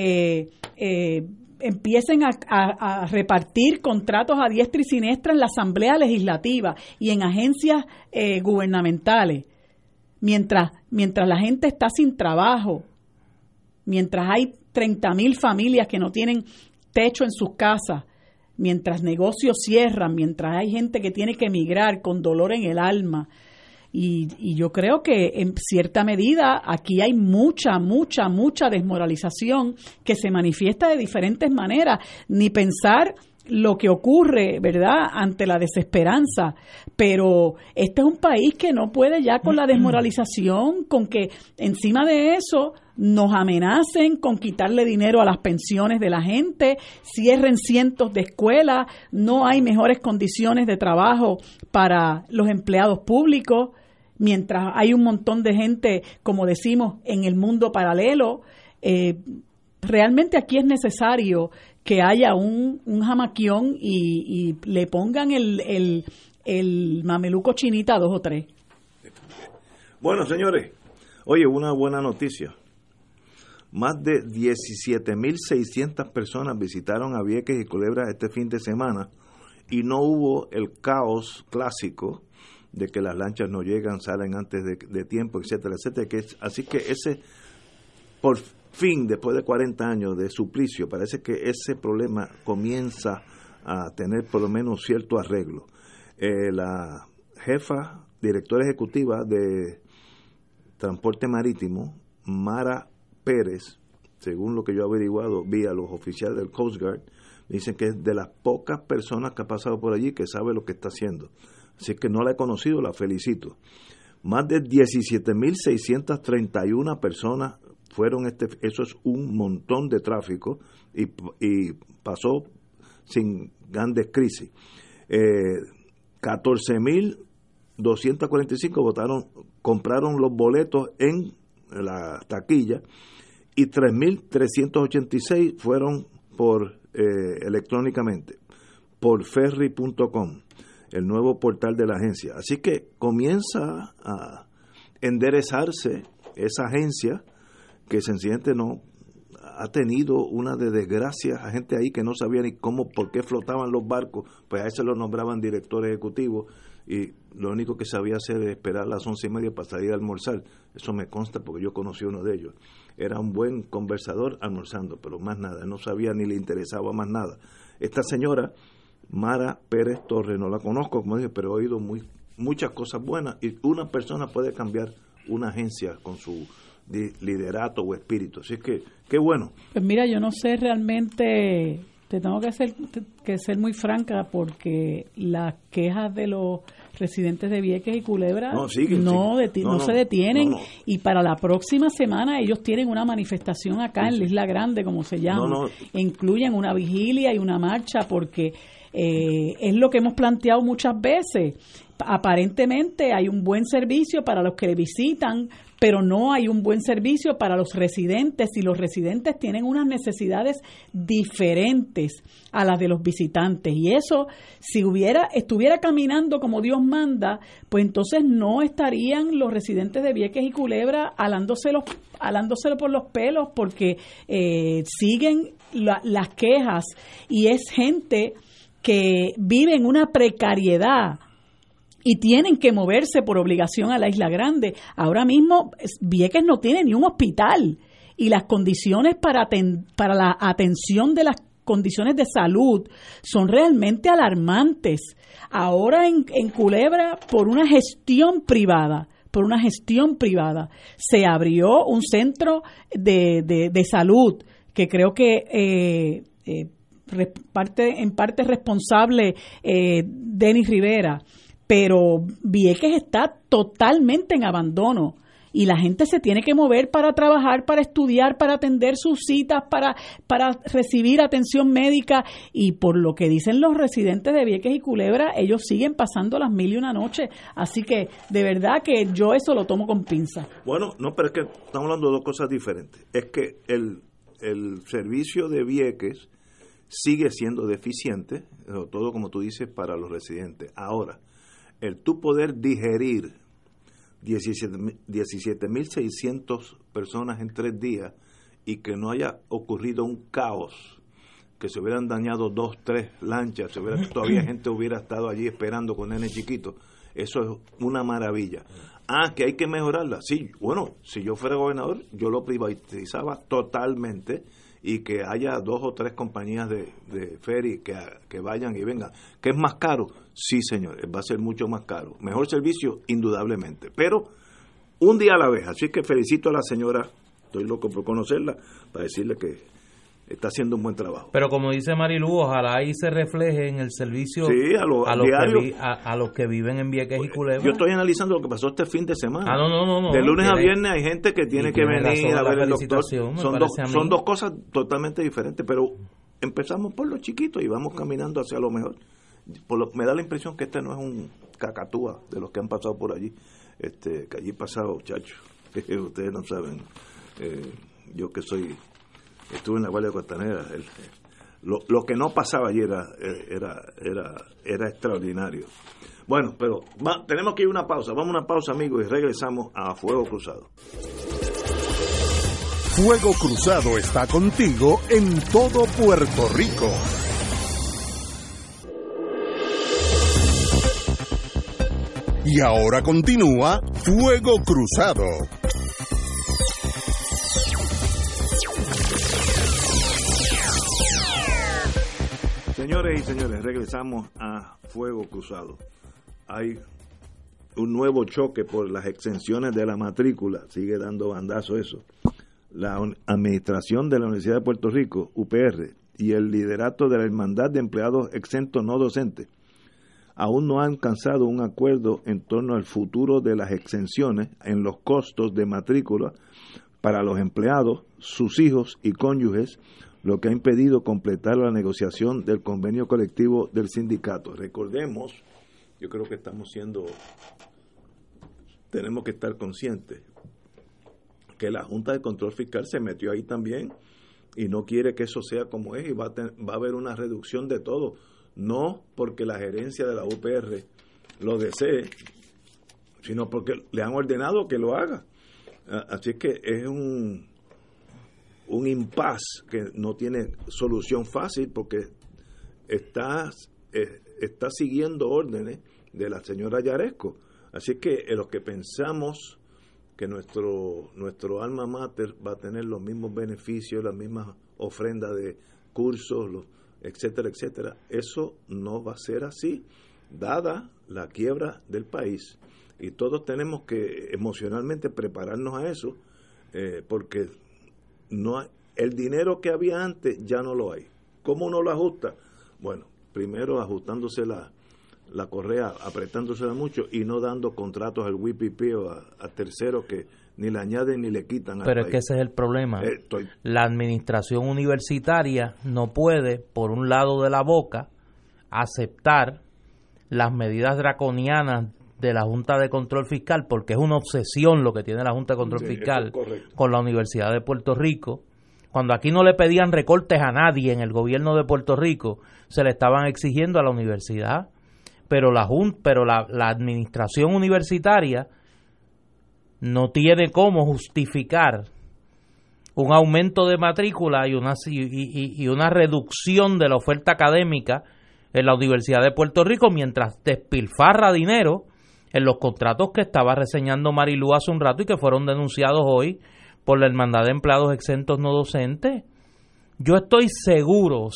empiecen a repartir contratos a diestra y siniestra en la Asamblea Legislativa y en agencias gubernamentales. Mientras la gente está sin trabajo, mientras hay 30,000 familias que no tienen techo en sus casas, mientras negocios cierran, mientras hay gente que tiene que emigrar con dolor en el alma. Y yo creo que en cierta medida aquí hay mucha desmoralización que se manifiesta de diferentes maneras. Ni pensar lo que ocurre, ¿verdad?, ante la desesperanza, pero este es un país que no puede ya con la desmoralización, con que encima de eso nos amenacen con quitarle dinero a las pensiones de la gente, cierren cientos de escuelas, no hay mejores condiciones de trabajo para los empleados públicos, mientras hay un montón de gente, como decimos, en el mundo paralelo. Realmente aquí es necesario que haya un jamaquión y le pongan el mameluco chinita a 2 o 3. Bueno, señores, oye, una buena noticia. Más de 17.600 personas visitaron a Vieques y Culebra este fin de semana y no hubo el caos clásico de que las lanchas no llegan, salen antes de tiempo, etcétera, etcétera. Así que ese, por fin, después de 40 años de suplicio, parece que ese problema comienza a tener por lo menos cierto arreglo. La jefa, directora ejecutiva de Transporte Marítimo, Mara Pérez, según lo que yo he averiguado vía los oficiales del Coast Guard, dicen que es de las pocas personas que ha pasado por allí que sabe lo que está haciendo. Así que no la he conocido, la felicito. Más de 17.631 personas fueron, eso es un montón de tráfico y pasó sin grandes crisis. 14.245 compraron los boletos en la taquilla y 3.386 fueron por electrónicamente por ferry.com, el nuevo portal de la agencia. Así que comienza a enderezarse esa agencia que sencillamente no ha tenido una de desgracias a gente ahí que no sabía ni cómo, por qué flotaban los barcos, pues a ese lo nombraban director ejecutivo y lo único que sabía hacer es esperar a las 11:30 para salir a almorzar. Eso me consta porque yo conocí a uno de ellos. Era un buen conversador almorzando, pero más nada, no sabía ni le interesaba más nada. Esta señora, Mara Pérez Torres, no la conozco, como dije, pero he oído muchas cosas buenas y una persona puede cambiar una agencia con su liderato o espíritu. Así que, qué bueno. Pues mira, yo no sé realmente, te tengo que ser muy franca porque las quejas de los residentes de Vieques y Culebra no se detienen y para la próxima semana ellos tienen una manifestación acá en la Isla Grande, como se llama. Incluyen una vigilia y una marcha porque es lo que hemos planteado muchas veces. Aparentemente hay un buen servicio para los que visitan, pero no hay un buen servicio para los residentes y los residentes tienen unas necesidades diferentes a las de los visitantes y eso, si estuviera caminando como Dios manda, pues entonces no estarían los residentes de Vieques y Culebra alándoselo por los pelos porque siguen las quejas y es gente que vive en una precariedad y tienen que moverse por obligación a la Isla Grande. Ahora mismo Vieques no tiene ni un hospital y las condiciones para la atención de las condiciones de salud son realmente alarmantes. Ahora en Culebra, por una gestión privada, se abrió un centro de salud que creo que en parte responsable Denis Rivera, pero Vieques está totalmente en abandono y la gente se tiene que mover para trabajar, para estudiar, para atender sus citas, para recibir atención médica y por lo que dicen los residentes de Vieques y Culebra, ellos siguen pasando las 1001 noches, así que de verdad que yo eso lo tomo con pinza. Bueno, no, pero es que estamos hablando de dos cosas diferentes. Es que el servicio de Vieques sigue siendo deficiente, todo como tú dices, para los residentes. Ahora, el tú poder digerir 17.600 personas en 3 días y que no haya ocurrido un caos, que se hubieran dañado 2, 3 lanchas, todavía gente hubiera estado allí esperando con nenes chiquitos, eso es una maravilla. Que hay que mejorarla. Sí, bueno, si yo fuera gobernador, yo lo privatizaba totalmente y que haya 2 o 3 compañías de ferry que vayan y vengan. ¿Que es más caro? Sí, señor, va a ser mucho más caro. Mejor servicio, indudablemente, pero un día a la vez. Así que felicito a la señora, estoy loco por conocerla, para decirle que está haciendo un buen trabajo. Pero como dice Marilu, ojalá ahí se refleje en el servicio a los que viven en Vieques y Culebra. Yo estoy analizando lo que pasó este fin de semana. No. De lunes a viernes hay gente que tiene que venir a ver el doctor. Son dos cosas totalmente diferentes, pero empezamos por lo chiquito y vamos caminando hacia lo mejor. Me da la impresión que este no es un cacatúa de los que han pasado por allí. Que allí pasado, muchachos, ustedes no saben. Yo que estuve en la Guardia Costanera, lo que no pasaba allí era extraordinario. Bueno, pero tenemos que ir a una pausa. Vamos a una pausa, amigos, y regresamos a Fuego Cruzado. Fuego Cruzado está contigo en todo Puerto Rico. Y ahora continúa Fuego Cruzado. Señores y señores, regresamos a Fuego Cruzado. Hay un nuevo choque por las exenciones de la matrícula, sigue dando bandazo eso. La administración de la Universidad de Puerto Rico, UPR, y el liderato de la Hermandad de Empleados Exentos No Docentes aún no han alcanzado un acuerdo en torno al futuro de las exenciones en los costos de matrícula para los empleados, sus hijos y cónyuges, lo que ha impedido completar la negociación del convenio colectivo del sindicato. Recordemos, yo creo que tenemos que estar conscientes que la Junta de Control Fiscal se metió ahí también y no quiere que eso sea como es, y va a haber una reducción de todo, no porque la gerencia de la UPR lo desee, sino porque le han ordenado que lo haga. Así es que es un impasse que no tiene solución fácil, porque está siguiendo órdenes de la señora Yaresco. Así es que los que pensamos que nuestro alma mater va a tener los mismos beneficios, las mismas ofrendas de cursos, etcétera, etcétera, eso no va a ser así, dada la quiebra del país. Y todos tenemos que emocionalmente prepararnos a eso, porque el dinero que había antes ya no lo hay. ¿Cómo uno lo ajusta? Bueno, primero ajustándose la correa, apretándosela mucho y no dando contratos al WPP o a terceros que ni le añaden ni le quitan. Pero es que ese es el problema. La administración universitaria no puede, por un lado de la boca, aceptar las medidas draconianas de la Junta de Control Fiscal, porque es una obsesión lo que tiene la Junta de Control Fiscal con la Universidad de Puerto Rico. Cuando aquí no le pedían recortes a nadie en el gobierno de Puerto Rico, se le estaban exigiendo a la universidad. Pero la administración universitaria no tiene cómo justificar un aumento de matrícula y una reducción de la oferta académica en la Universidad de Puerto Rico, mientras despilfarra dinero en los contratos que estaba reseñando Marilu hace un rato y que fueron denunciados hoy por la Hermandad de Empleados Exentos No Docentes. Yo estoy seguro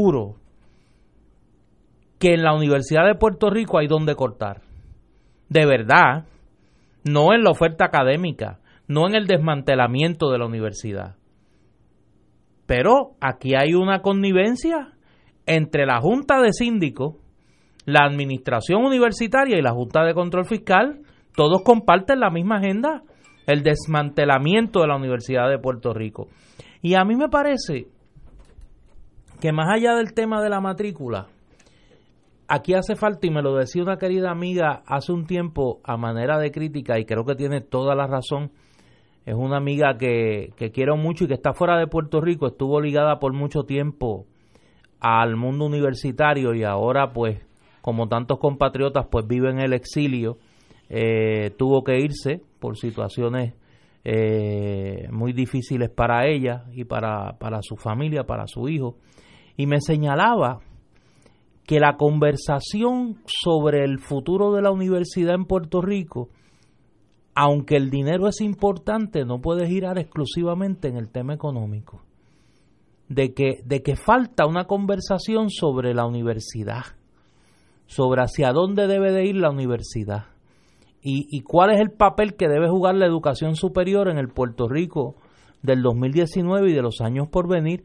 que en la Universidad de Puerto Rico hay donde cortar. De verdad, no en la oferta académica, no en el desmantelamiento de la universidad. Pero aquí hay una connivencia entre la Junta de Síndicos, la Administración Universitaria y la Junta de Control Fiscal. Todos comparten la misma agenda, el desmantelamiento de la Universidad de Puerto Rico. Y a mí me parece que más allá del tema de la matrícula, aquí hace falta, y me lo decía una querida amiga hace un tiempo a manera de crítica, y creo que tiene toda la razón. Es una amiga que quiero mucho y que está fuera de Puerto Rico, estuvo ligada por mucho tiempo al mundo universitario y ahora, pues, como tantos compatriotas, pues vive en el exilio. Tuvo que irse por situaciones muy difíciles para ella y para su familia, para su hijo. Y me señalaba que la conversación sobre el futuro de la universidad en Puerto Rico, aunque el dinero es importante, no puede girar exclusivamente en el tema económico. De que falta una conversación sobre la universidad, sobre hacia dónde debe de ir la universidad y cuál es el papel que debe jugar la educación superior en el Puerto Rico del 2019 y de los años por venir.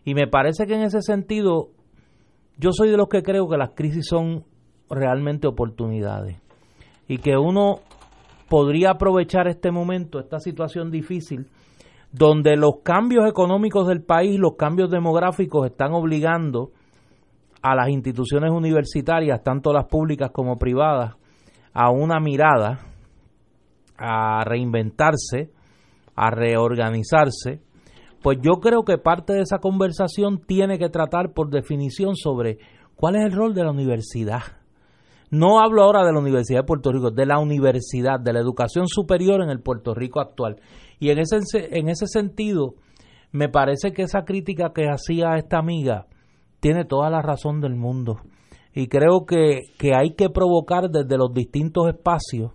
Y me parece que en ese sentido, yo soy de los que creo que las crisis son realmente oportunidades y que uno podría aprovechar este momento, esta situación difícil, donde los cambios económicos del país, los cambios demográficos están obligando a las instituciones universitarias, tanto las públicas como privadas, a una mirada, a reinventarse, a reorganizarse. Pues yo creo que parte de esa conversación tiene que tratar por definición sobre cuál es el rol de la universidad. No hablo ahora de la Universidad de Puerto Rico, de la universidad, de la educación superior en el Puerto Rico actual. Y en ese sentido, me parece que esa crítica que hacía esta amiga tiene toda la razón del mundo. Y creo que hay que provocar desde los distintos espacios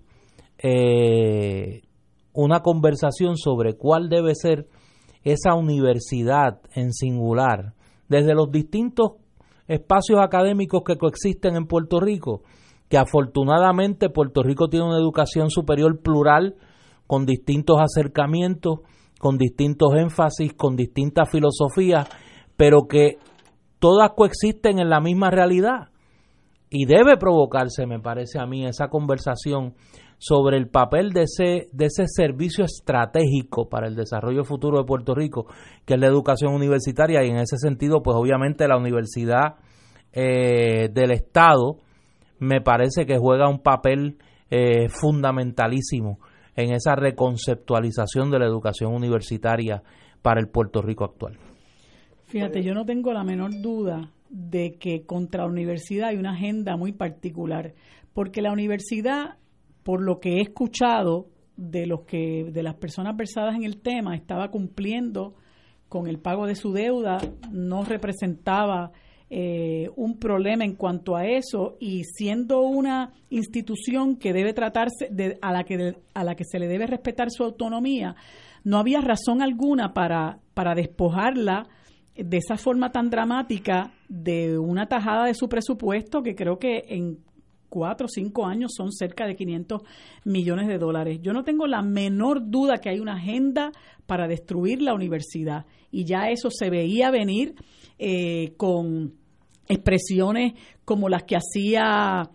una conversación sobre cuál debe ser esa universidad en singular, desde los distintos espacios académicos que coexisten en Puerto Rico, que afortunadamente Puerto Rico tiene una educación superior plural, con distintos acercamientos, con distintos énfasis, con distintas filosofías, pero que todas coexisten en la misma realidad. Y debe provocarse, me parece a mí, esa conversación sobre el papel de ese servicio estratégico para el desarrollo futuro de Puerto Rico, que es la educación universitaria, y en ese sentido, pues obviamente la universidad del Estado me parece que juega un papel fundamentalísimo en esa reconceptualización de la educación universitaria para el Puerto Rico actual. Fíjate, yo no tengo la menor duda de que contra la universidad hay una agenda muy particular, porque la universidad, por lo que he escuchado de las personas versadas en el tema, estaba cumpliendo con el pago de su deuda, no representaba un problema en cuanto a eso, y siendo una institución que debe tratarse a la que se le debe respetar su autonomía, no había razón alguna para despojarla de esa forma tan dramática de una tajada de su presupuesto, que creo que en 4 o 5 años son cerca de $500 millones. Yo no tengo la menor duda que hay una agenda para destruir la universidad, y ya eso se veía venir con expresiones como las que hacía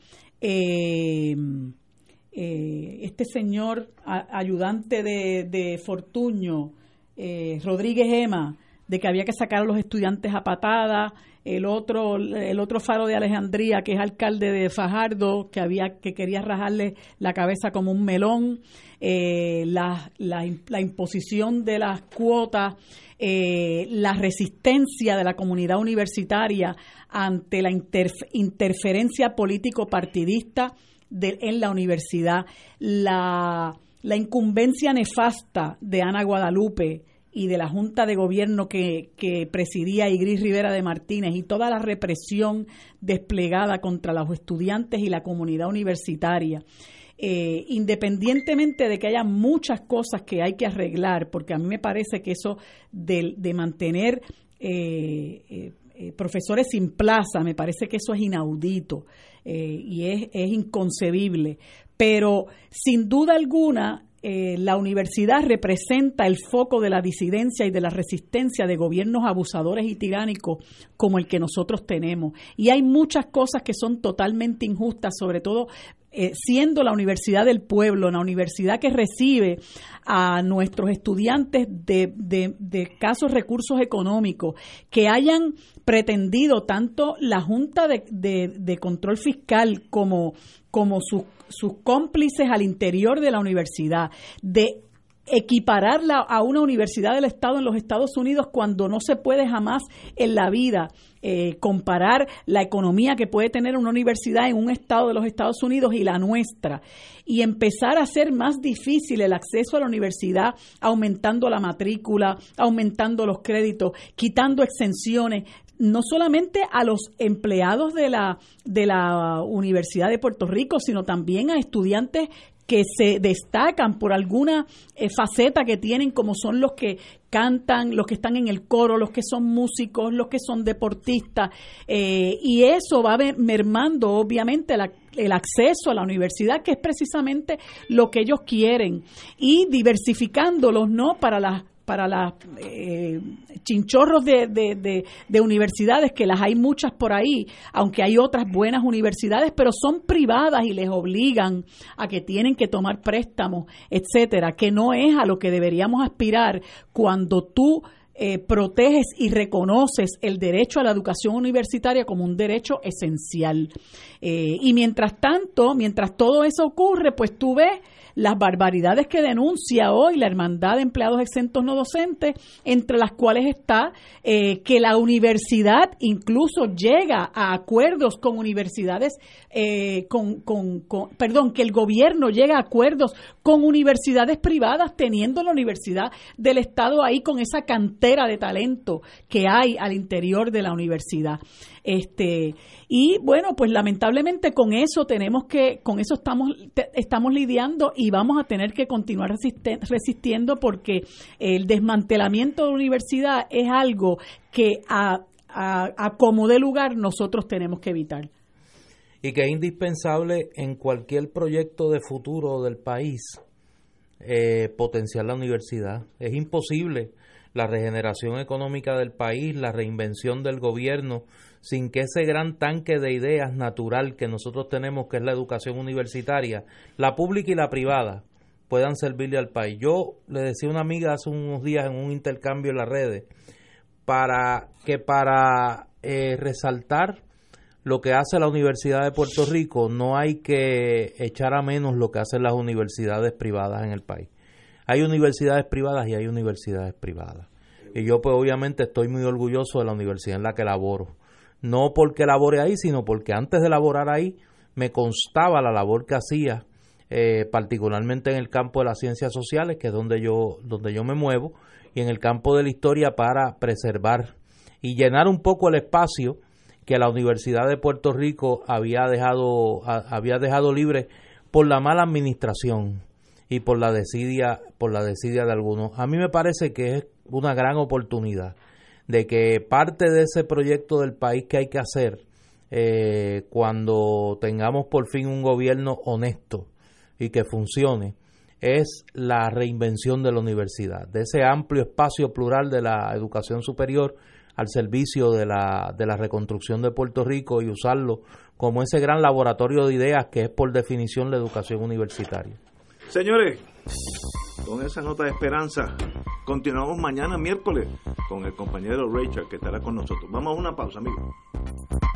este señor ayudante de Fortuño, Rodríguez Ema, de que había que sacar a los estudiantes a patadas. El otro Faro de Alejandría, que es alcalde de Fajardo, que quería rajarle la cabeza como un melón. La imposición de las cuotas, la resistencia de la comunidad universitaria ante la interferencia político-partidista en la universidad, la incumbencia nefasta de Ana Guadalupe y de la Junta de Gobierno que presidía Igris Rivera de Martínez, y toda la represión desplegada contra los estudiantes y la comunidad universitaria. Independientemente de que haya muchas cosas que hay que arreglar, porque a mí me parece que eso de mantener profesores sin plaza, me parece que eso es inaudito y es inconcebible, pero sin duda alguna la universidad representa el foco de la disidencia y de la resistencia de gobiernos abusadores y tiránicos como el que nosotros tenemos. Y hay muchas cosas que son totalmente injustas, sobre todo siendo la universidad del pueblo, la universidad que recibe a nuestros estudiantes de escasos recursos económicos, que hayan pretendido tanto la Junta de Control Fiscal como sus cómplices al interior de la universidad, de equipararla a una universidad del Estado en los Estados Unidos, cuando no se puede jamás en la vida comparar la economía que puede tener una universidad en un estado de los Estados Unidos y la nuestra, y empezar a hacer más difícil el acceso a la universidad, aumentando la matrícula, aumentando los créditos, quitando exenciones, no solamente a los empleados de la Universidad de Puerto Rico, sino también a estudiantes que se destacan por alguna faceta que tienen, como son los que cantan, los que están en el coro, los que son músicos, los que son deportistas, y eso va mermando obviamente el acceso a la universidad, que es precisamente lo que ellos quieren, y diversificándolos, ¿no?, para las las chinchorros de universidades, que las hay muchas por ahí, aunque hay otras buenas universidades, pero son privadas y les obligan a que tienen que tomar préstamos, etcétera, que no es a lo que deberíamos aspirar cuando tú proteges y reconoces el derecho a la educación universitaria como un derecho esencial. Y mientras tanto, mientras todo eso ocurre, pues tú ves las barbaridades que denuncia hoy la Hermandad de Empleados Exentos No Docentes, entre las cuales está que la universidad incluso llega a acuerdos con universidades, que el gobierno llega a acuerdos con universidades privadas, teniendo la Universidad del Estado ahí con esa cantera de talento que hay al interior de la universidad. Y bueno, pues lamentablemente con eso estamos lidiando y vamos a tener que continuar resistiendo, porque el desmantelamiento de la universidad es algo que a como dé lugar nosotros tenemos que evitar. Y que es indispensable en cualquier proyecto de futuro del país potenciar la universidad. Es imposible la regeneración económica del país, la reinvención del gobierno, sin que ese gran tanque de ideas natural que nosotros tenemos, que es la educación universitaria, la pública y la privada, puedan servirle al país. Yo le decía a una amiga hace unos días en un intercambio en las redes, para resaltar lo que hace la Universidad de Puerto Rico, no hay que echar a menos lo que hacen las universidades privadas en el país. Hay universidades privadas y hay universidades privadas. Y yo pues obviamente estoy muy orgulloso de la universidad en la que laboro. No porque labore ahí, sino porque antes de laborar ahí me constaba la labor que hacía, particularmente en el campo de las ciencias sociales, que es donde yo me muevo, y en el campo de la historia, para preservar y llenar un poco el espacio que la Universidad de Puerto Rico había dejado libre por la mala administración y por la desidia de algunos. A mí me parece que es una gran oportunidad de que parte de ese proyecto del país que hay que hacer, cuando tengamos por fin un gobierno honesto y que funcione, es la reinvención de la universidad, de ese amplio espacio plural de la educación superior al servicio de la reconstrucción de Puerto Rico, y usarlo como ese gran laboratorio de ideas que es por definición la educación universitaria. Señores, con esa nota de esperanza, continuamos mañana miércoles con el compañero Richard, que estará con nosotros. Vamos a una pausa, amigos.